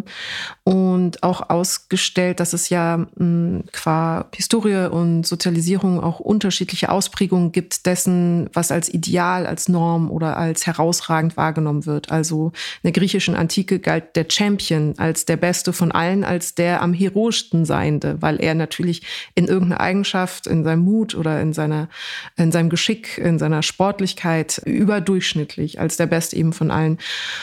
und auch ausgestellt, dass es ja mh, qua Historie und Sozialisierung auch unterschiedliche Ausprägungen gibt dessen, was als Ideal, als Norm oder als herausragend wahrgenommen wird. Also in der griechischen Antike galt der Champion als der Beste von allen, als der am heroischsten Seiende, weil er natürlich in irgendeiner Eigenschaft, in seinem Mut oder in seiner, in seinem Geschick, in seiner Sportlichkeit überdurchschnittlich als der Beste eben von allen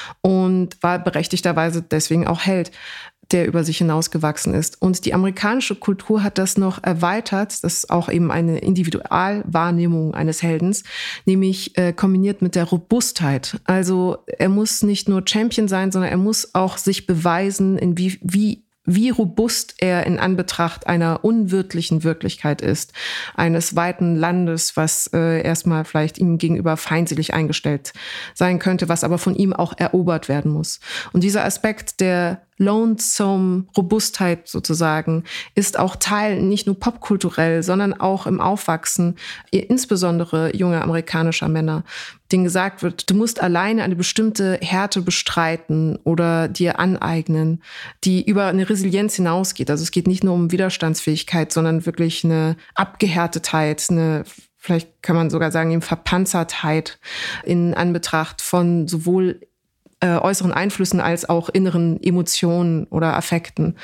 und war berechtigterweise deswegen auch Held, der über sich hinausgewachsen ist. Und die amerikanische Kultur hat das noch erweitert, das ist auch eben eine Individualwahrnehmung eines Heldens, nämlich äh, kombiniert mit der Robustheit. Also er muss nicht nur Champion sein, sondern er muss auch sich beweisen, in wie, wie wie robust er in Anbetracht einer unwirtlichen Wirklichkeit ist, eines weiten Landes, was äh, erstmal vielleicht ihm gegenüber feindselig eingestellt sein könnte, was aber von ihm auch erobert werden muss. Und dieser Aspekt der Lonesome Robustheit sozusagen ist auch Teil nicht nur popkulturell, sondern auch im Aufwachsen, insbesondere junger amerikanischer Männer, denen gesagt wird, du musst alleine eine bestimmte Härte bestreiten oder dir aneignen, die über eine Resilienz hinausgeht. Also es geht nicht nur um Widerstandsfähigkeit, sondern wirklich eine Abgehärtetheit, eine, vielleicht kann man sogar sagen, eben Verpanzertheit in Anbetracht von sowohl äußeren Einflüssen als auch inneren Emotionen oder Affekten.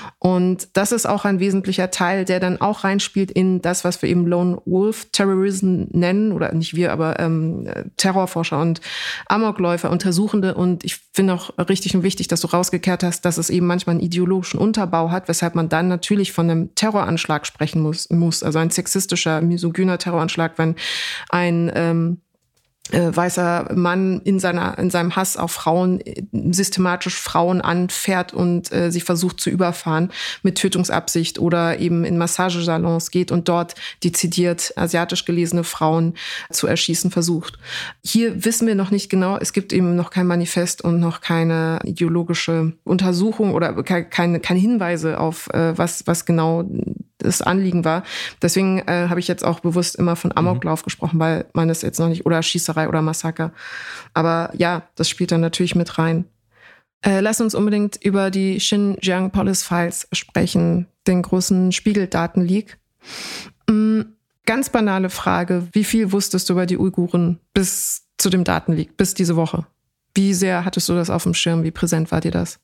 Und das ist auch ein wesentlicher Teil, der dann auch reinspielt in das, was wir eben Lone Wolf Terrorism nennen, oder nicht wir, aber ähm, Terrorforscher und Amokläufer, Untersuchende. Und ich finde auch richtig und wichtig, dass du rausgekehrt hast, dass es eben manchmal einen ideologischen Unterbau hat, weshalb man dann natürlich von einem Terroranschlag sprechen muss, muss. Also ein sexistischer, misogyner Terroranschlag, wenn ein ähm, Äh, weißer Mann in seiner in seinem Hass auf Frauen äh, systematisch Frauen anfährt und äh, sie versucht zu überfahren mit Tötungsabsicht oder eben in Massagesalons geht und dort dezidiert asiatisch gelesene Frauen zu erschießen versucht. Hier wissen wir noch nicht genau, es gibt eben noch kein Manifest und noch keine ideologische Untersuchung oder keine, keine Hinweise auf äh, was, was genau das Anliegen war. Deswegen äh, habe ich jetzt auch bewusst immer von Amoklauf mhm. gesprochen, weil man das jetzt noch nicht, oder Schießerei oder Massaker. Aber ja, das spielt dann natürlich mit rein. Äh, lass uns unbedingt über die Xinjiang Police Files sprechen, den großen Spiegel-Datenleak. Mhm. Ganz banale Frage. Wie viel wusstest du über die Uiguren bis zu dem Datenleak, bis diese Woche? Wie sehr hattest du das auf dem Schirm? Wie präsent war dir das?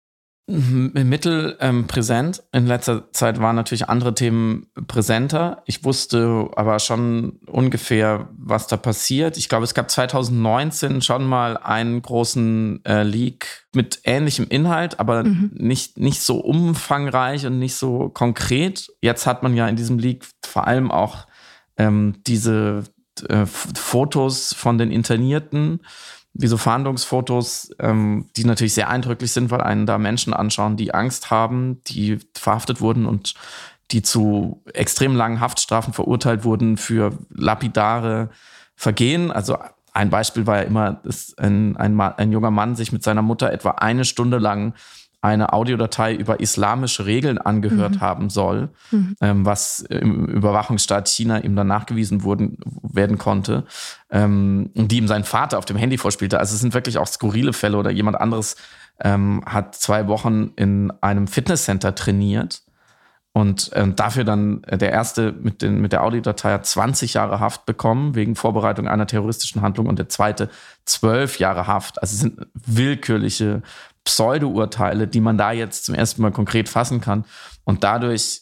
Im Mittel ähm, präsent. In letzter Zeit waren natürlich andere Themen präsenter. Ich wusste aber schon ungefähr, was da passiert. Ich glaube, es gab zwanzig neunzehn schon mal einen großen äh, Leak mit ähnlichem Inhalt, aber mhm. nicht, nicht so umfangreich und nicht so konkret. Jetzt hat man ja in diesem Leak vor allem auch ähm, diese äh, Fotos von den Internierten, wie so Fahndungsfotos, ähm, die natürlich sehr eindrücklich sind, weil einen da Menschen anschauen, die Angst haben, die verhaftet wurden und die zu extrem langen Haftstrafen verurteilt wurden für lapidare Vergehen. Also ein Beispiel war ja immer, dass ein, ein, ein junger Mann sich mit seiner Mutter etwa eine Stunde lang eine Audiodatei über islamische Regeln angehört mhm. haben soll, mhm. ähm, was im Überwachungsstaat China ihm dann nachgewiesen wurden, werden konnte, ähm, die ihm sein Vater auf dem Handy vorspielte. Also es sind wirklich auch skurrile Fälle. Oder jemand anderes ähm, hat zwei Wochen in einem Fitnesscenter trainiert und ähm, dafür dann der erste mit, den, mit der Audiodatei hat zwanzig Jahre Haft bekommen wegen Vorbereitung einer terroristischen Handlung und der zweite zwölf Jahre Haft. Also es sind willkürliche Pseudo-Urteile, die man da jetzt zum ersten Mal konkret fassen kann. Und dadurch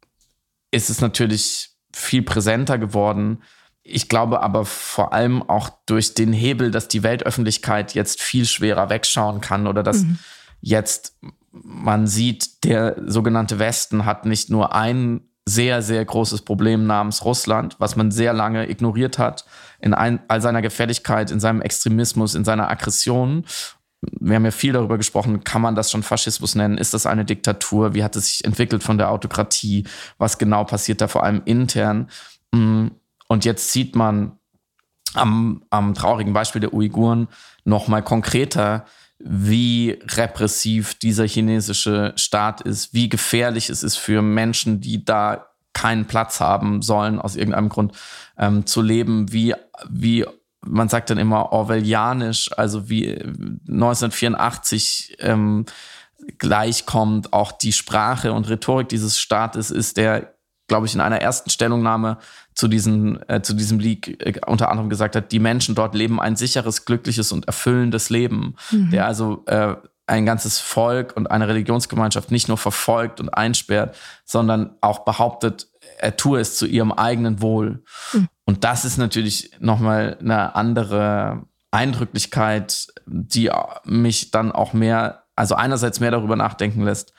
ist es natürlich viel präsenter geworden. Ich glaube aber vor allem auch durch den Hebel, dass die Weltöffentlichkeit jetzt viel schwerer wegschauen kann oder dass mhm. jetzt man sieht, der sogenannte Westen hat nicht nur ein sehr, sehr großes Problem namens Russland, was man sehr lange ignoriert hat, in ein, all seiner Gefährlichkeit, in seinem Extremismus, in seiner Aggression. Wir haben ja viel darüber gesprochen, kann man das schon Faschismus nennen? Ist das eine Diktatur? Wie hat es sich entwickelt von der Autokratie? Was genau passiert da vor allem intern? Und jetzt sieht man am, am traurigen Beispiel der Uiguren noch mal konkreter, wie repressiv dieser chinesische Staat ist, wie gefährlich es ist für Menschen, die da keinen Platz haben sollen, aus irgendeinem Grund ähm, zu leben, wie, wie man sagt dann immer orwellianisch, also wie neunzehnhundertvierundachtzig ähm, gleichkommt auch die Sprache und Rhetorik dieses Staates ist, der, glaube ich, in einer ersten Stellungnahme zu, diesen, äh, zu diesem Leak äh, unter anderem gesagt hat, die Menschen dort leben ein sicheres, glückliches und erfüllendes Leben, mhm. der also äh, ein ganzes Volk und eine Religionsgemeinschaft nicht nur verfolgt und einsperrt, sondern auch behauptet, er tue es zu ihrem eigenen Wohl. Mhm. Und das ist natürlich nochmal eine andere Eindrücklichkeit, die mich dann auch mehr, also einerseits mehr darüber nachdenken lässt,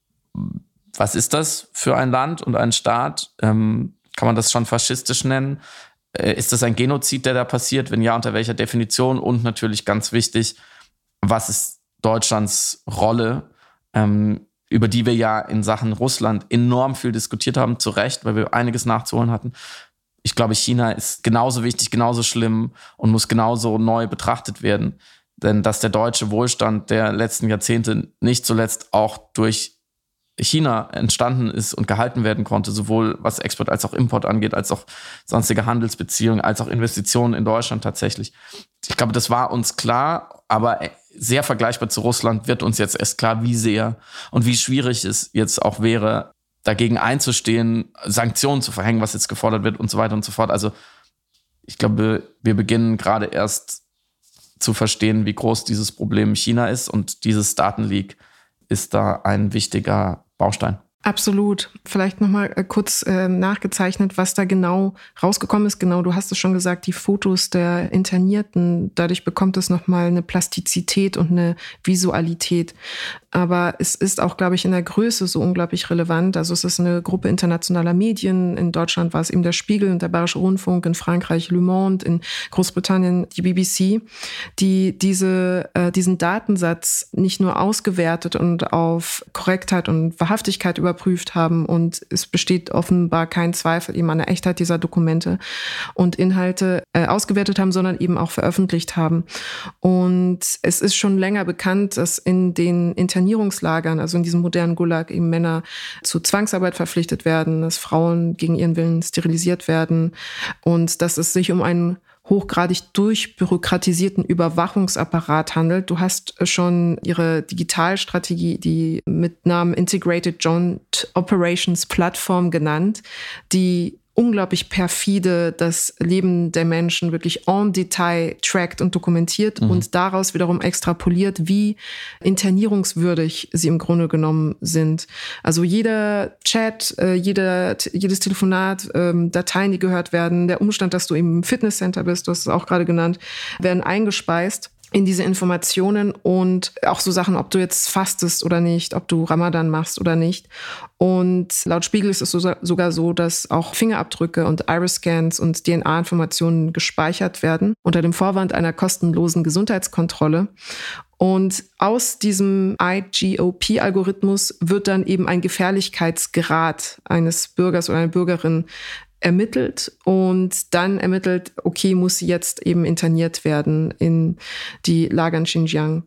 was ist das für ein Land und ein Staat? Ähm, kann man das schon faschistisch nennen? Äh, ist das ein Genozid, der da passiert? Wenn ja, unter welcher Definition? Und natürlich ganz wichtig, was ist Deutschlands Rolle, ähm, über die wir ja in Sachen Russland enorm viel diskutiert haben, zu Recht, weil wir einiges nachzuholen hatten. Ich glaube, China ist genauso wichtig, genauso schlimm und muss genauso neu betrachtet werden. Denn dass der deutsche Wohlstand der letzten Jahrzehnte nicht zuletzt auch durch China entstanden ist und gehalten werden konnte, sowohl was Export als auch Import angeht, als auch sonstige Handelsbeziehungen, als auch Investitionen in Deutschland tatsächlich. Ich glaube, das war uns klar, aber sehr vergleichbar zu Russland wird uns jetzt erst klar, wie sehr und wie schwierig es jetzt auch wäre, dagegen einzustehen, Sanktionen zu verhängen, was jetzt gefordert wird und so weiter und so fort. Also ich glaube, wir beginnen gerade erst zu verstehen, wie groß dieses Problem China ist und dieses Datenleak ist da ein wichtiger Baustein. Absolut. Vielleicht nochmal kurz äh, nachgezeichnet, was da genau rausgekommen ist. Genau, du hast es schon gesagt, die Fotos der Internierten, dadurch bekommt es nochmal eine Plastizität und eine Visualität. Aber es ist auch, glaube ich, in der Größe so unglaublich relevant. Also es ist eine Gruppe internationaler Medien. In Deutschland war es eben der Spiegel und der Bayerische Rundfunk, in Frankreich Le Monde, in Großbritannien die B B C, die diese, äh, diesen Datensatz nicht nur ausgewertet und auf Korrektheit und Wahrhaftigkeit überprüft haben. Und es besteht offenbar kein Zweifel eben an der Echtheit dieser Dokumente und Inhalte äh, ausgewertet haben, sondern eben auch veröffentlicht haben. Und es ist schon länger bekannt, dass in den Internierungslagern, also in diesem modernen Gulag, eben Männer zu Zwangsarbeit verpflichtet werden, dass Frauen gegen ihren Willen sterilisiert werden und dass es sich um einen hochgradig durchbürokratisierten Überwachungsapparat handelt. Du hast schon ihre Digitalstrategie, die mit Namen Integrated Joint Operations Platform genannt, die unglaublich perfide das Leben der Menschen wirklich en Detail trackt und dokumentiert mhm. und daraus wiederum extrapoliert, wie internierungswürdig sie im Grunde genommen sind. Also jeder Chat, äh, jeder, jedes Telefonat, ähm, Dateien, die gehört werden, der Umstand, dass du im Fitnesscenter bist, du hast es auch gerade genannt, werden eingespeist in diese Informationen und auch so Sachen, ob du jetzt fastest oder nicht, ob du Ramadan machst oder nicht. Und laut Spiegel ist es sogar so, dass auch Fingerabdrücke und Iris-Scans und D N A-Informationen gespeichert werden unter dem Vorwand einer kostenlosen Gesundheitskontrolle. Und aus diesem I G O P-Algorithmus wird dann eben ein Gefährlichkeitsgrad eines Bürgers oder einer Bürgerin ermittelt und dann ermittelt, okay, muss sie jetzt eben interniert werden in die Lager in Xinjiang.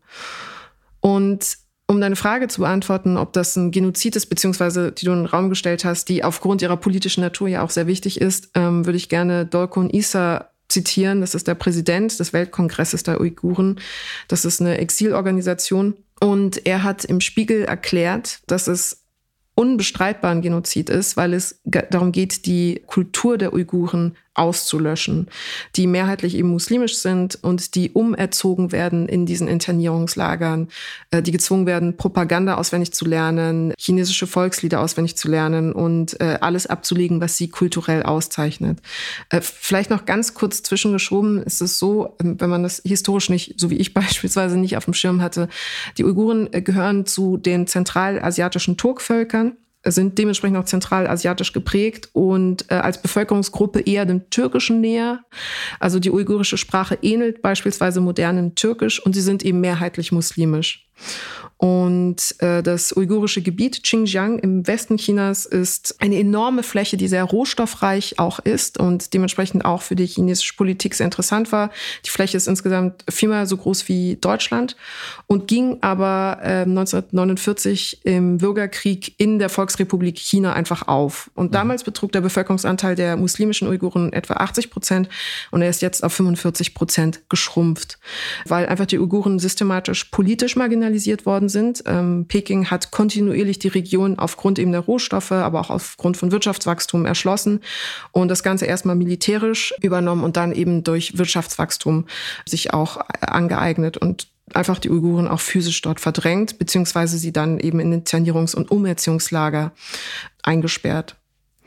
Und um deine Frage zu beantworten, ob das ein Genozid ist, beziehungsweise die du in den Raum gestellt hast, die aufgrund ihrer politischen Natur ja auch sehr wichtig ist, ähm, würde ich gerne Dolkun Issa zitieren. Das ist der Präsident des Weltkongresses der Uiguren. Das ist eine Exilorganisation. Und er hat im Spiegel erklärt, dass es unbestreitbar ein Genozid ist, weil es darum geht, die Kultur der Uiguren auszulöschen, die mehrheitlich eben muslimisch sind und die umerzogen werden in diesen Internierungslagern, die gezwungen werden, Propaganda auswendig zu lernen, chinesische Volkslieder auswendig zu lernen und alles abzulegen, was sie kulturell auszeichnet. Vielleicht noch ganz kurz zwischengeschoben, ist es so, wenn man das historisch nicht, so wie ich beispielsweise nicht auf dem Schirm hatte, die Uiguren gehören zu den zentralasiatischen Turkvölkern. sind dementsprechend auch zentralasiatisch geprägt und äh, als Bevölkerungsgruppe eher dem Türkischen näher. Also die uigurische Sprache ähnelt beispielsweise modernem Türkisch und sie sind eben mehrheitlich muslimisch. Und äh, das uigurische Gebiet Xinjiang im Westen Chinas ist eine enorme Fläche, die sehr rohstoffreich auch ist und dementsprechend auch für die chinesische Politik sehr interessant war. Die Fläche ist insgesamt viermal so groß wie Deutschland und ging aber äh, neunzehnhundertneunundvierzig im Bürgerkrieg in der Volksrepublik China einfach auf. Und damals betrug der Bevölkerungsanteil der muslimischen Uiguren etwa achtzig Prozent und er ist jetzt auf fünfundvierzig Prozent geschrumpft, weil einfach die Uiguren systematisch politisch marginalisiert worden sind. Ähm, Peking hat kontinuierlich die Region aufgrund eben der Rohstoffe, aber auch aufgrund von Wirtschaftswachstum erschlossen und das Ganze erstmal militärisch übernommen und dann eben durch Wirtschaftswachstum sich auch angeeignet und einfach die Uiguren auch physisch dort verdrängt, beziehungsweise sie dann eben in Internierungs- und Umerziehungslager eingesperrt.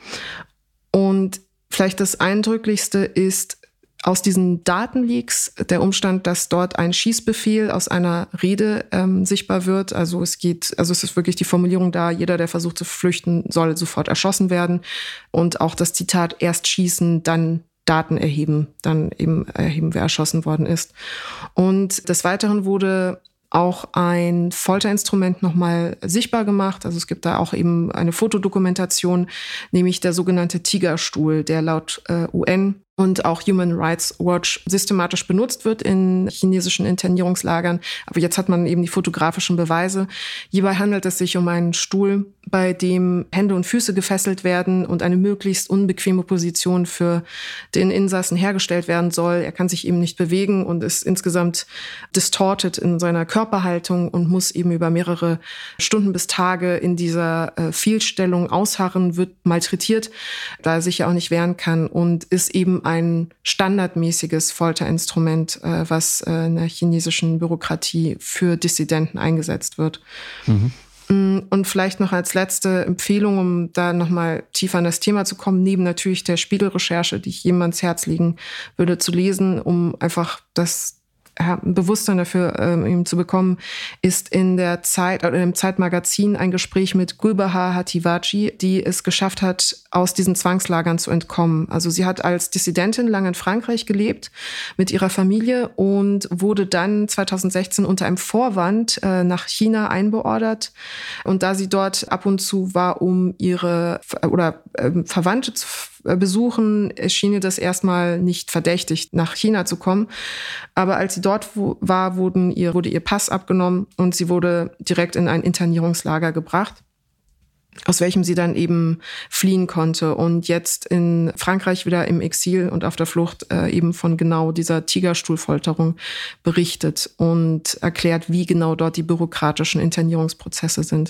Und vielleicht das Eindrücklichste ist aus diesen Datenleaks der Umstand, dass dort ein Schießbefehl aus einer Rede ähm, sichtbar wird. Also es geht, also es ist wirklich die Formulierung da, jeder, der versucht zu flüchten, soll sofort erschossen werden. Und auch das Zitat, erst schießen, dann Daten erheben, dann eben erheben, wer erschossen worden ist. Und des Weiteren wurde auch ein Folterinstrument nochmal sichtbar gemacht. Also es gibt da auch eben eine Fotodokumentation, nämlich der sogenannte Tigerstuhl, der laut äh, U N und auch Human Rights Watch systematisch benutzt wird in chinesischen Internierungslagern. Aber jetzt hat man eben die fotografischen Beweise. Hierbei handelt es sich um einen Stuhl, bei dem Hände und Füße gefesselt werden und eine möglichst unbequeme Position für den Insassen hergestellt werden soll. Er kann sich eben nicht bewegen und ist insgesamt distorted in seiner Körperhaltung und muss eben über mehrere Stunden bis Tage in dieser äh, Fehlstellung ausharren, wird malträtiert, da er sich ja auch nicht wehren kann und ist eben ein standardmäßiges Folterinstrument, äh, was äh, in der chinesischen Bürokratie für Dissidenten eingesetzt wird. Mhm. Und vielleicht noch als letzte Empfehlung, um da nochmal tiefer an das Thema zu kommen, neben natürlich der Spiegelrecherche, die ich jedem ans Herz legen würde, zu lesen, um einfach das ein Bewusstsein dafür ähm, eben zu bekommen, ist in der Zeit oder im Zeitmagazin ein Gespräch mit Gulbahar Hativachi, die es geschafft hat, aus diesen Zwangslagern zu entkommen. Also sie hat als Dissidentin lange in Frankreich gelebt mit ihrer Familie und wurde dann zweitausendsechzehn unter einem Vorwand äh, nach China einbeordert. Und da sie dort ab und zu war, um ihre oder äh, Verwandte zu besuchen, schien ihr das erstmal nicht verdächtig, nach China zu kommen. Aber als sie dort war, wurden ihr, wurde ihr Pass abgenommen und sie wurde direkt in ein Internierungslager gebracht, aus welchem sie dann eben fliehen konnte und jetzt in Frankreich wieder im Exil und auf der Flucht äh, eben von genau dieser Tigerstuhlfolterung berichtet und erklärt, wie genau dort die bürokratischen Internierungsprozesse sind.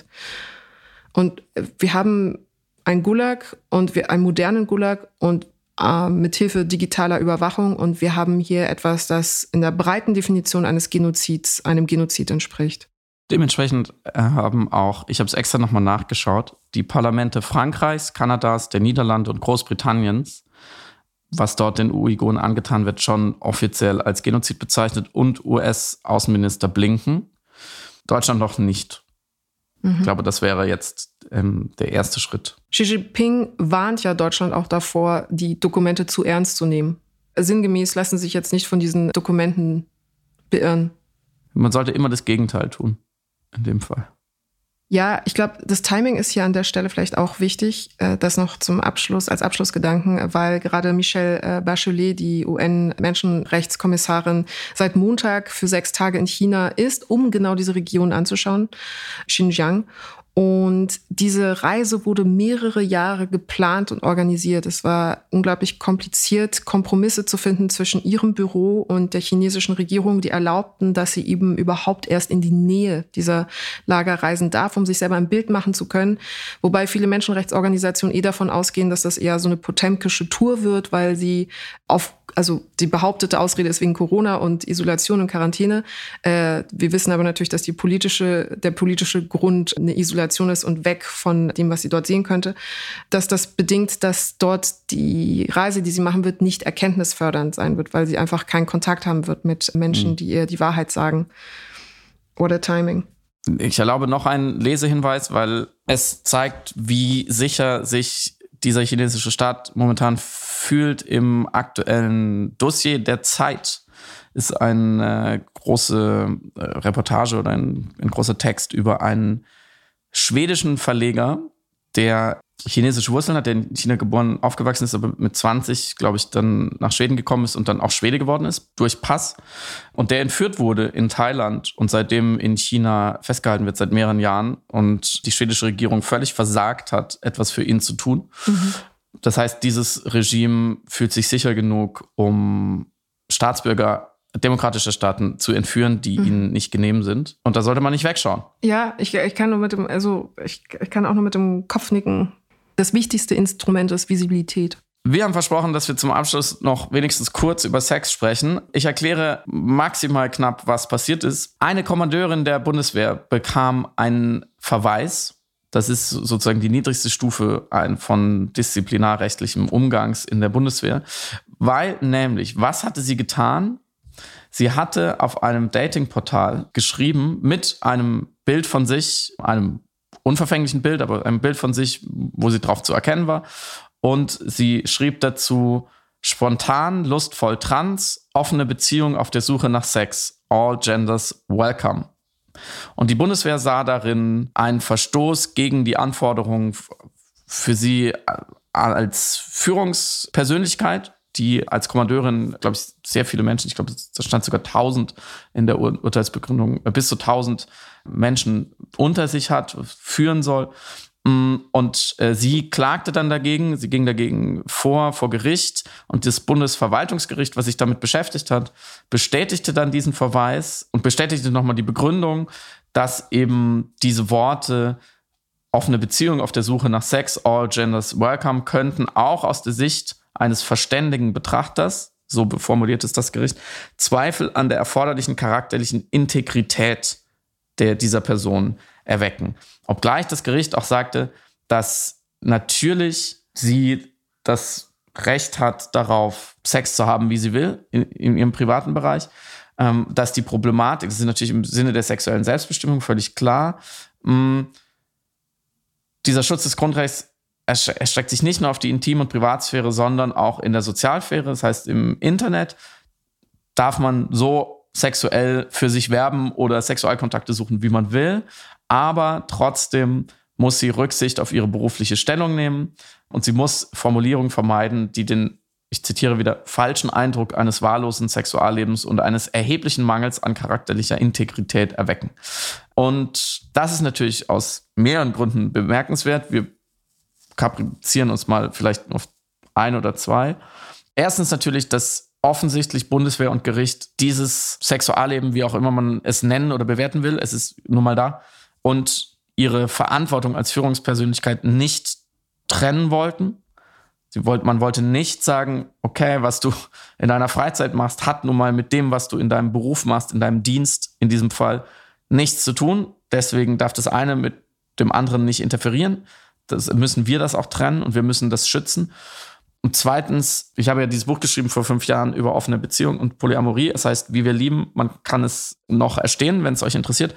Und wir haben ein Gulag und wir einen modernen Gulag und äh, mit Hilfe digitaler Überwachung und wir haben hier etwas, das in der breiten Definition eines Genozids einem Genozid entspricht. Dementsprechend haben auch, ich habe es extra nochmal nachgeschaut, die Parlamente Frankreichs, Kanadas, der Niederlande und Großbritanniens, was dort den Uiguren angetan wird, schon offiziell als Genozid bezeichnet und U S-Außenminister Blinken. Deutschland noch nicht. Ich glaube, das wäre jetzt ähm, der erste Schritt. Xi Jinping warnt ja Deutschland auch davor, die Dokumente zu ernst zu nehmen. Sinngemäß lassen sich jetzt nicht von diesen Dokumenten beirren. Man sollte immer das Gegenteil tun, in dem Fall. Ja, ich glaube, das Timing ist hier an der Stelle vielleicht auch wichtig, das noch zum Abschluss, als Abschlussgedanken, weil gerade Michelle Bachelet, die U N-Menschenrechtskommissarin, seit Montag für sechs Tage in China ist, um genau diese Region anzuschauen, Xinjiang. Und diese Reise wurde mehrere Jahre geplant und organisiert. Es war unglaublich kompliziert, Kompromisse zu finden zwischen ihrem Büro und der chinesischen Regierung, die erlaubten, dass sie eben überhaupt erst in die Nähe dieser Lager reisen darf, um sich selber ein Bild machen zu können. Wobei viele Menschenrechtsorganisationen eh davon ausgehen, dass das eher so eine potemkische Tour wird, weil sie auf Also die behauptete Ausrede ist wegen Corona und Isolation und Quarantäne. Äh, wir wissen aber natürlich, dass die politische, der politische Grund eine Isolation ist und weg von dem, was sie dort sehen könnte. Dass das bedingt, dass dort die Reise, die sie machen wird, nicht erkenntnisfördernd sein wird, weil sie einfach keinen Kontakt haben wird mit Menschen, die ihr die Wahrheit sagen. Oder Timing. Ich erlaube noch einen Lesehinweis, weil es zeigt, wie sicher sich dieser chinesische Staat momentan fühlt im aktuellen Dossier der Zeit. Ist eine große Reportage oder ein, ein großer Text über einen schwedischen Verleger, der chinesische Wurzeln hat, der in China geboren, aufgewachsen ist, aber mit zwanzig, glaube ich, dann nach Schweden gekommen ist und dann auch Schwede geworden ist, durch Pass. Und der entführt wurde in Thailand und seitdem in China festgehalten wird, seit mehreren Jahren. Und die schwedische Regierung völlig versagt hat, etwas für ihn zu tun. Mhm. Das heißt, dieses Regime fühlt sich sicher genug, um Staatsbürger demokratische Staaten zu entführen, die mhm. ihnen nicht genehm sind. Und da sollte man nicht wegschauen. Ja, ich, ich kann nur mit dem, also ich, ich kann auch nur mit dem Kopf nicken. Das wichtigste Instrument ist Visibilität. Wir haben versprochen, dass wir zum Abschluss noch wenigstens kurz über Sex sprechen. Ich erkläre maximal knapp, was passiert ist. Eine Kommandeurin der Bundeswehr bekam einen Verweis. Das ist sozusagen die niedrigste Stufe von disziplinarrechtlichem Umgangs in der Bundeswehr. Weil nämlich, was hatte sie getan? Sie hatte auf einem Datingportal geschrieben mit einem Bild von sich, einem unverfänglichen Bild, aber ein Bild von sich, wo sie drauf zu erkennen war. Und sie schrieb dazu: spontan, lustvoll, trans, offene Beziehung auf der Suche nach Sex. All genders welcome. Und die Bundeswehr sah darin einen Verstoß gegen die Anforderungen für sie als Führungspersönlichkeit, die als Kommandeurin, glaube ich, sehr viele Menschen, ich glaube, da stand sogar tausend in der Ur- Urteilsbegründung, bis zu tausend Menschen unter sich hat, führen soll. Und äh, sie klagte dann dagegen, sie ging dagegen vor, vor Gericht, und das Bundesverwaltungsgericht, was sich damit beschäftigt hat, bestätigte dann diesen Verweis und bestätigte nochmal die Begründung, dass eben diese Worte offene Beziehung auf der Suche nach Sex, all genders welcome, könnten auch aus der Sicht eines verständigen Betrachters, so formuliert es das Gericht, Zweifel an der erforderlichen charakterlichen Integrität der, dieser Person erwecken. Obgleich das Gericht auch sagte, dass natürlich sie das Recht hat, darauf Sex zu haben, wie sie will, in, in ihrem privaten Bereich, ähm, dass die Problematik, das ist natürlich im Sinne der sexuellen Selbstbestimmung völlig klar, mh, dieser Schutz des Grundrechts erstreckt sich nicht nur auf die Intim- und Privatsphäre, sondern auch in der Sozialsphäre. Das heißt, im Internet darf man so sexuell für sich werben oder Sexualkontakte suchen, wie man will. Aber trotzdem muss sie Rücksicht auf ihre berufliche Stellung nehmen und sie muss Formulierungen vermeiden, die den, ich zitiere wieder, falschen Eindruck eines wahllosen Sexuallebens und eines erheblichen Mangels an charakterlicher Integrität erwecken. Und das ist natürlich aus mehreren Gründen bemerkenswert. Wir kaprizieren uns mal vielleicht auf ein oder zwei. Erstens natürlich, dass offensichtlich Bundeswehr und Gericht dieses Sexualleben, wie auch immer man es nennen oder bewerten will, es ist nun mal da, und ihre Verantwortung als Führungspersönlichkeit nicht trennen wollten. Sie wollt, man wollte nicht sagen, okay, was du in deiner Freizeit machst, hat nun mal mit dem, was du in deinem Beruf machst, in deinem Dienst in diesem Fall, nichts zu tun. Deswegen darf das eine mit dem anderen nicht interferieren. Das müssen wir das auch trennen und wir müssen das schützen. Und zweitens, ich habe ja dieses Buch geschrieben vor fünf Jahren über offene Beziehung und Polyamorie. Das heißt, wie wir lieben, man kann es noch erstehen, wenn es euch interessiert.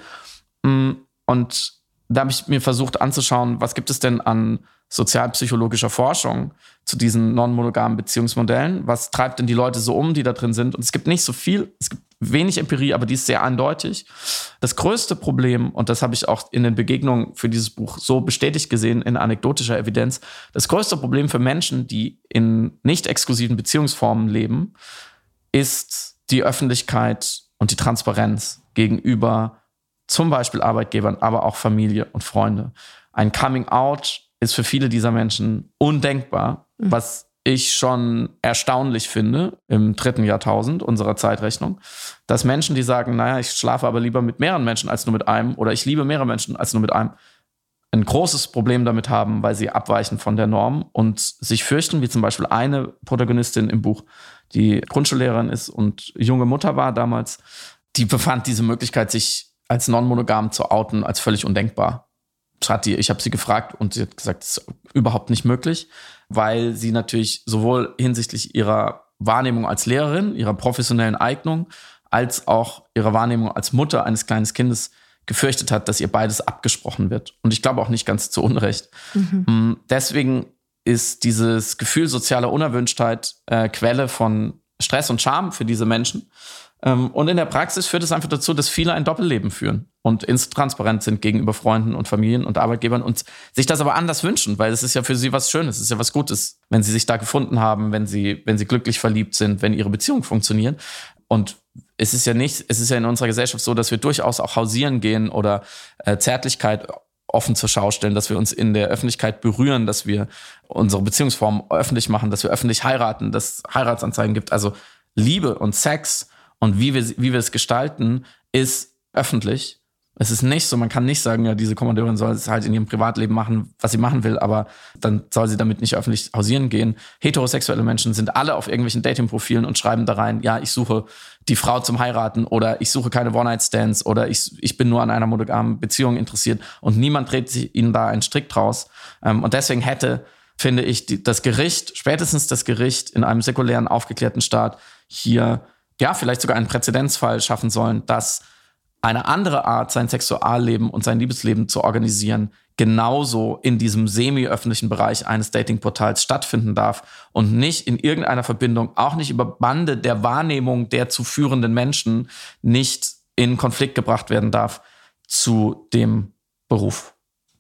Und da habe ich mir versucht anzuschauen, was gibt es denn an sozialpsychologischer Forschung zu diesen non-monogamen Beziehungsmodellen? Was treibt denn die Leute so um, die da drin sind? Und es gibt nicht so viel, es gibt wenig Empirie, aber die ist sehr eindeutig. Das größte Problem, und das habe ich auch in den Begegnungen für dieses Buch so bestätigt gesehen, in anekdotischer Evidenz, das größte Problem für Menschen, die in nicht exklusiven Beziehungsformen leben, ist die Öffentlichkeit und die Transparenz gegenüber zum Beispiel Arbeitgebern, aber auch Familie und Freunde. Ein Coming-out ist für viele dieser Menschen undenkbar, mhm. was ich schon erstaunlich finde im dritten Jahrtausend unserer Zeitrechnung, dass Menschen, die sagen, naja, ich schlafe aber lieber mit mehreren Menschen als nur mit einem oder ich liebe mehrere Menschen als nur mit einem, ein großes Problem damit haben, weil sie abweichen von der Norm und sich fürchten, wie zum Beispiel eine Protagonistin im Buch, die Grundschullehrerin ist und junge Mutter war damals, die befand diese Möglichkeit, sich als non-monogam zu outen, als völlig undenkbar. Hat die, ich habe sie gefragt und sie hat gesagt, das ist überhaupt nicht möglich, weil sie natürlich sowohl hinsichtlich ihrer Wahrnehmung als Lehrerin, ihrer professionellen Eignung, als auch ihrer Wahrnehmung als Mutter eines kleinen Kindes gefürchtet hat, dass ihr beides abgesprochen wird. Und ich glaube auch nicht ganz zu Unrecht. Mhm. Deswegen ist dieses Gefühl sozialer Unerwünschtheit äh, Quelle von Stress und Scham für diese Menschen. Ähm, und in der Praxis führt es einfach dazu, dass viele ein Doppelleben führen und intransparent sind gegenüber Freunden und Familien und Arbeitgebern und sich das aber anders wünschen, weil es ist ja für sie was Schönes, es ist ja was Gutes, wenn sie sich da gefunden haben, wenn sie, wenn sie glücklich verliebt sind, wenn ihre Beziehungen funktionieren. Und es ist ja nicht, es ist ja in unserer Gesellschaft so, dass wir durchaus auch hausieren gehen oder äh, Zärtlichkeit offen zur Schau stellen, dass wir uns in der Öffentlichkeit berühren, dass wir unsere Beziehungsformen öffentlich machen, dass wir öffentlich heiraten, dass es Heiratsanzeigen gibt. Also Liebe und Sex und wie wir, wie wir es gestalten, ist öffentlich. Es ist nicht so, man kann nicht sagen, ja, diese Kommandeurin soll es halt in ihrem Privatleben machen, was sie machen will, aber dann soll sie damit nicht öffentlich hausieren gehen. Heterosexuelle Menschen sind alle auf irgendwelchen Dating-Profilen und schreiben da rein, ja, ich suche die Frau zum Heiraten oder ich suche keine One-Night-Stands oder ich, ich bin nur an einer monogamen Beziehung interessiert und niemand dreht sich ihnen da einen Strick draus. Und deswegen hätte, finde ich, die, das Gericht, spätestens das Gericht in einem säkulären, aufgeklärten Staat hier, ja, vielleicht sogar einen Präzedenzfall schaffen sollen, dass eine andere Art, sein Sexualleben und sein Liebesleben zu organisieren, genauso in diesem semi-öffentlichen Bereich eines Datingportals stattfinden darf und nicht in irgendeiner Verbindung, auch nicht über Bande der Wahrnehmung der zu führenden Menschen, nicht in Konflikt gebracht werden darf zu dem Beruf.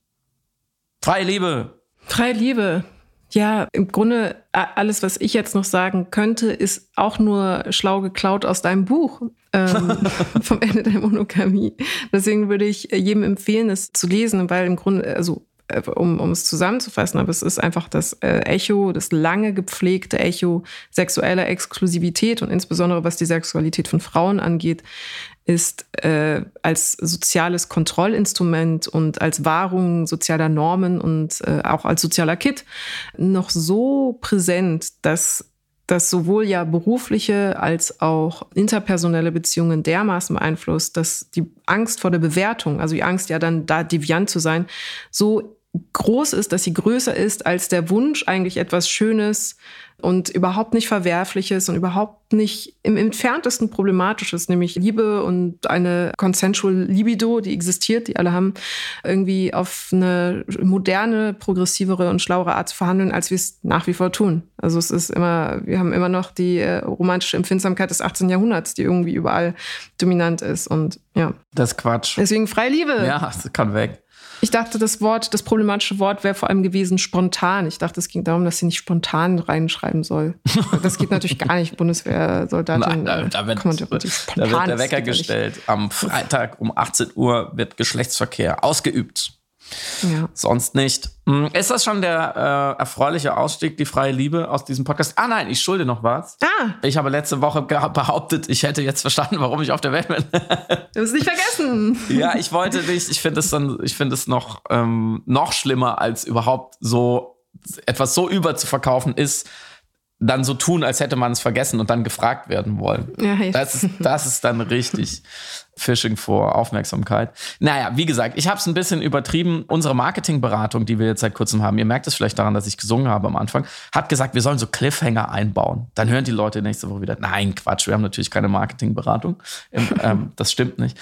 Freie Liebe! Freie Liebe! Ja, im Grunde alles, was ich jetzt noch sagen könnte, ist auch nur schlau geklaut aus deinem Buch ähm, vom Ende der Monogamie. Deswegen würde ich jedem empfehlen, es zu lesen, weil im Grunde, also um, um es zusammenzufassen, aber es ist einfach das äh, Echo, das lange gepflegte Echo sexueller Exklusivität und insbesondere was die Sexualität von Frauen angeht, ist äh, als soziales Kontrollinstrument und als Wahrung sozialer Normen und äh, auch als sozialer Kit noch so präsent, dass das sowohl ja berufliche als auch interpersonelle Beziehungen dermaßen beeinflusst, dass die Angst vor der Bewertung, also die Angst ja dann da deviant zu sein, so groß ist, dass sie größer ist als der Wunsch, eigentlich etwas Schönes und überhaupt nicht Verwerfliches und überhaupt nicht im entferntesten Problematisches, nämlich Liebe und eine consensual Libido, die existiert, die alle haben, irgendwie auf eine moderne, progressivere und schlauere Art zu verhandeln, als wir es nach wie vor tun. Also es ist immer, wir haben immer noch die äh, romantische Empfindsamkeit des achtzehnten Jahrhunderts, die irgendwie überall dominant ist und ja. Das ist Quatsch. Deswegen freie Liebe. Ja, das kann weg. Ich dachte, das Wort, das problematische Wort wäre vor allem gewesen spontan. Ich dachte, es ging darum, dass sie nicht spontan reinschreiben soll. Das geht natürlich gar nicht. Bundeswehrsoldatin. Nein, da, da, wird, da wird der Wecker gestellt. Am Freitag um achtzehn Uhr wird Geschlechtsverkehr ausgeübt. Ja. Sonst nicht. Ist das schon der äh, erfreuliche Ausstieg, die freie Liebe aus diesem Podcast? Ah nein, ich schulde noch was. Ah. Ich habe letzte Woche behauptet, ich hätte jetzt verstanden, warum ich auf der Welt bin. Du hast nicht vergessen. Ja, ich wollte nicht. Ich finde es dann, ich finde es noch, ähm, noch schlimmer, als überhaupt so etwas so über zu verkaufen ist, dann so tun, als hätte man es vergessen und dann gefragt werden wollen. Ja, ja. Das ist, das ist dann richtig Phishing vor Aufmerksamkeit. Naja, wie gesagt, ich habe es ein bisschen übertrieben. Unsere Marketingberatung, die wir jetzt seit kurzem haben, ihr merkt es vielleicht daran, dass ich gesungen habe am Anfang, hat gesagt, wir sollen so Cliffhanger einbauen. Dann hören die Leute nächste Woche wieder, nein, Quatsch, wir haben natürlich keine Marketingberatung. ähm, das stimmt nicht.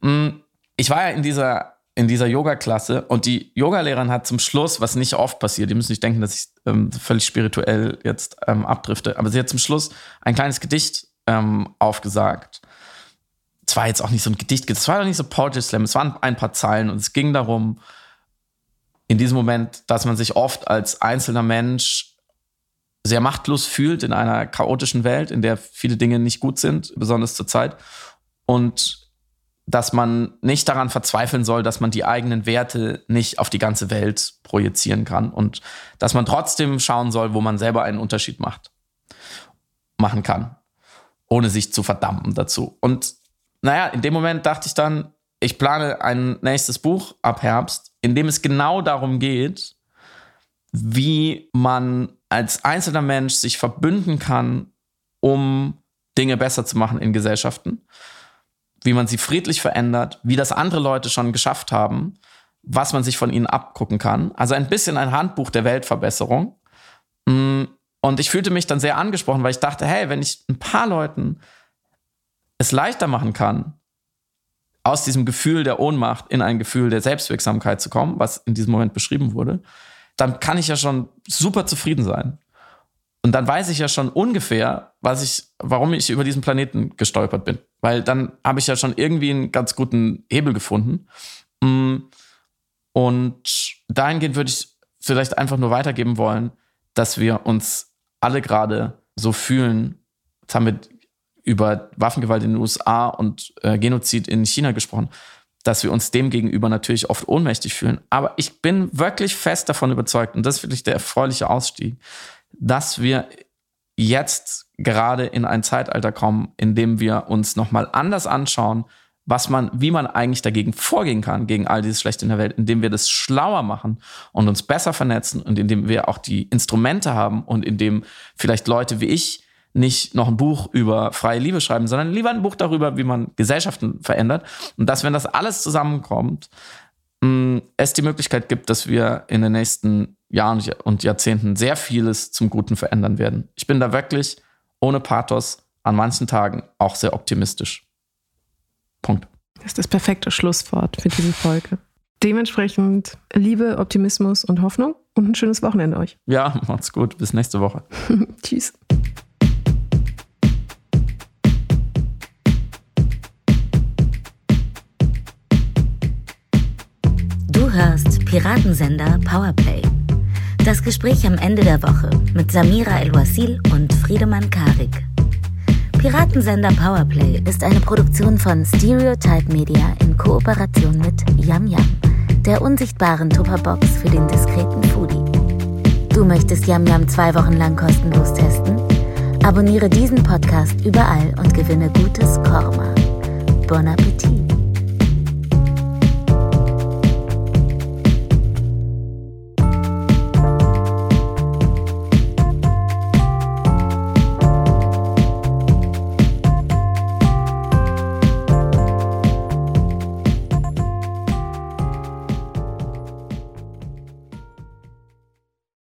Ich war ja in dieser in dieser Yoga-Klasse und die Yogalehrerin hat zum Schluss, was nicht oft passiert, die müssen nicht denken, dass ich ähm, völlig spirituell jetzt ähm, abdrifte, aber sie hat zum Schluss ein kleines Gedicht ähm, aufgesagt. Es war jetzt auch nicht so ein Gedicht, es war doch nicht so Poetry Slam, es waren ein paar Zeilen und es ging darum, in diesem Moment, dass man sich oft als einzelner Mensch sehr machtlos fühlt in einer chaotischen Welt, in der viele Dinge nicht gut sind, besonders zur Zeit, und dass man nicht daran verzweifeln soll, dass man die eigenen Werte nicht auf die ganze Welt projizieren kann und dass man trotzdem schauen soll, wo man selber einen Unterschied macht, machen kann, ohne sich zu verdammen dazu. Und naja, in dem Moment dachte ich dann, ich plane ein nächstes Buch ab Herbst, in dem es genau darum geht, wie man als einzelner Mensch sich verbünden kann, um Dinge besser zu machen in Gesellschaften, wie man sie friedlich verändert, wie das andere Leute schon geschafft haben, was man sich von ihnen abgucken kann. Also ein bisschen ein Handbuch der Weltverbesserung. Und ich fühlte mich dann sehr angesprochen, weil ich dachte, hey, wenn ich ein paar Leuten es leichter machen kann, aus diesem Gefühl der Ohnmacht in ein Gefühl der Selbstwirksamkeit zu kommen, was in diesem Moment beschrieben wurde, dann kann ich ja schon super zufrieden sein. Und dann weiß ich ja schon ungefähr, was ich, warum ich über diesen Planeten gestolpert bin. Weil dann habe ich ja schon irgendwie einen ganz guten Hebel gefunden. Und dahingehend würde ich vielleicht einfach nur weitergeben wollen, dass wir uns alle gerade so fühlen. Jetzt haben wir über Waffengewalt in den U S A und äh, Genozid in China gesprochen, dass wir uns dem gegenüber natürlich oft ohnmächtig fühlen. Aber ich bin wirklich fest davon überzeugt, und das ist wirklich der erfreuliche Ausstieg, dass wir jetzt gerade in ein Zeitalter kommen, in dem wir uns nochmal anders anschauen, was man, wie man eigentlich dagegen vorgehen kann, gegen all dieses Schlechte in der Welt, indem wir das schlauer machen und uns besser vernetzen und indem wir auch die Instrumente haben und indem vielleicht Leute wie ich nicht noch ein Buch über freie Liebe schreiben, sondern lieber ein Buch darüber, wie man Gesellschaften verändert. Und dass, wenn das alles zusammenkommt, es die Möglichkeit gibt, dass wir in den nächsten Jahren und Jahrzehnten sehr vieles zum Guten verändern werden. Ich bin da wirklich ohne Pathos an manchen Tagen auch sehr optimistisch. Punkt. Das ist das perfekte Schlusswort für diese Folge. Dementsprechend Liebe, Optimismus und Hoffnung und ein schönes Wochenende euch. Ja, macht's gut. Bis nächste Woche. Tschüss. Du hörst Piratensender Powerplay. Das Gespräch am Ende der Woche mit Samira El-Wasil und Friedemann Karik. Piratensender Powerplay ist eine Produktion von Stereotype Media in Kooperation mit Yam Yam, der unsichtbaren Tupperbox für den diskreten Foodie. Du möchtest Yam Yam zwei Wochen lang kostenlos testen? Abonniere diesen Podcast überall und gewinne gutes Korma. Bon Appetit!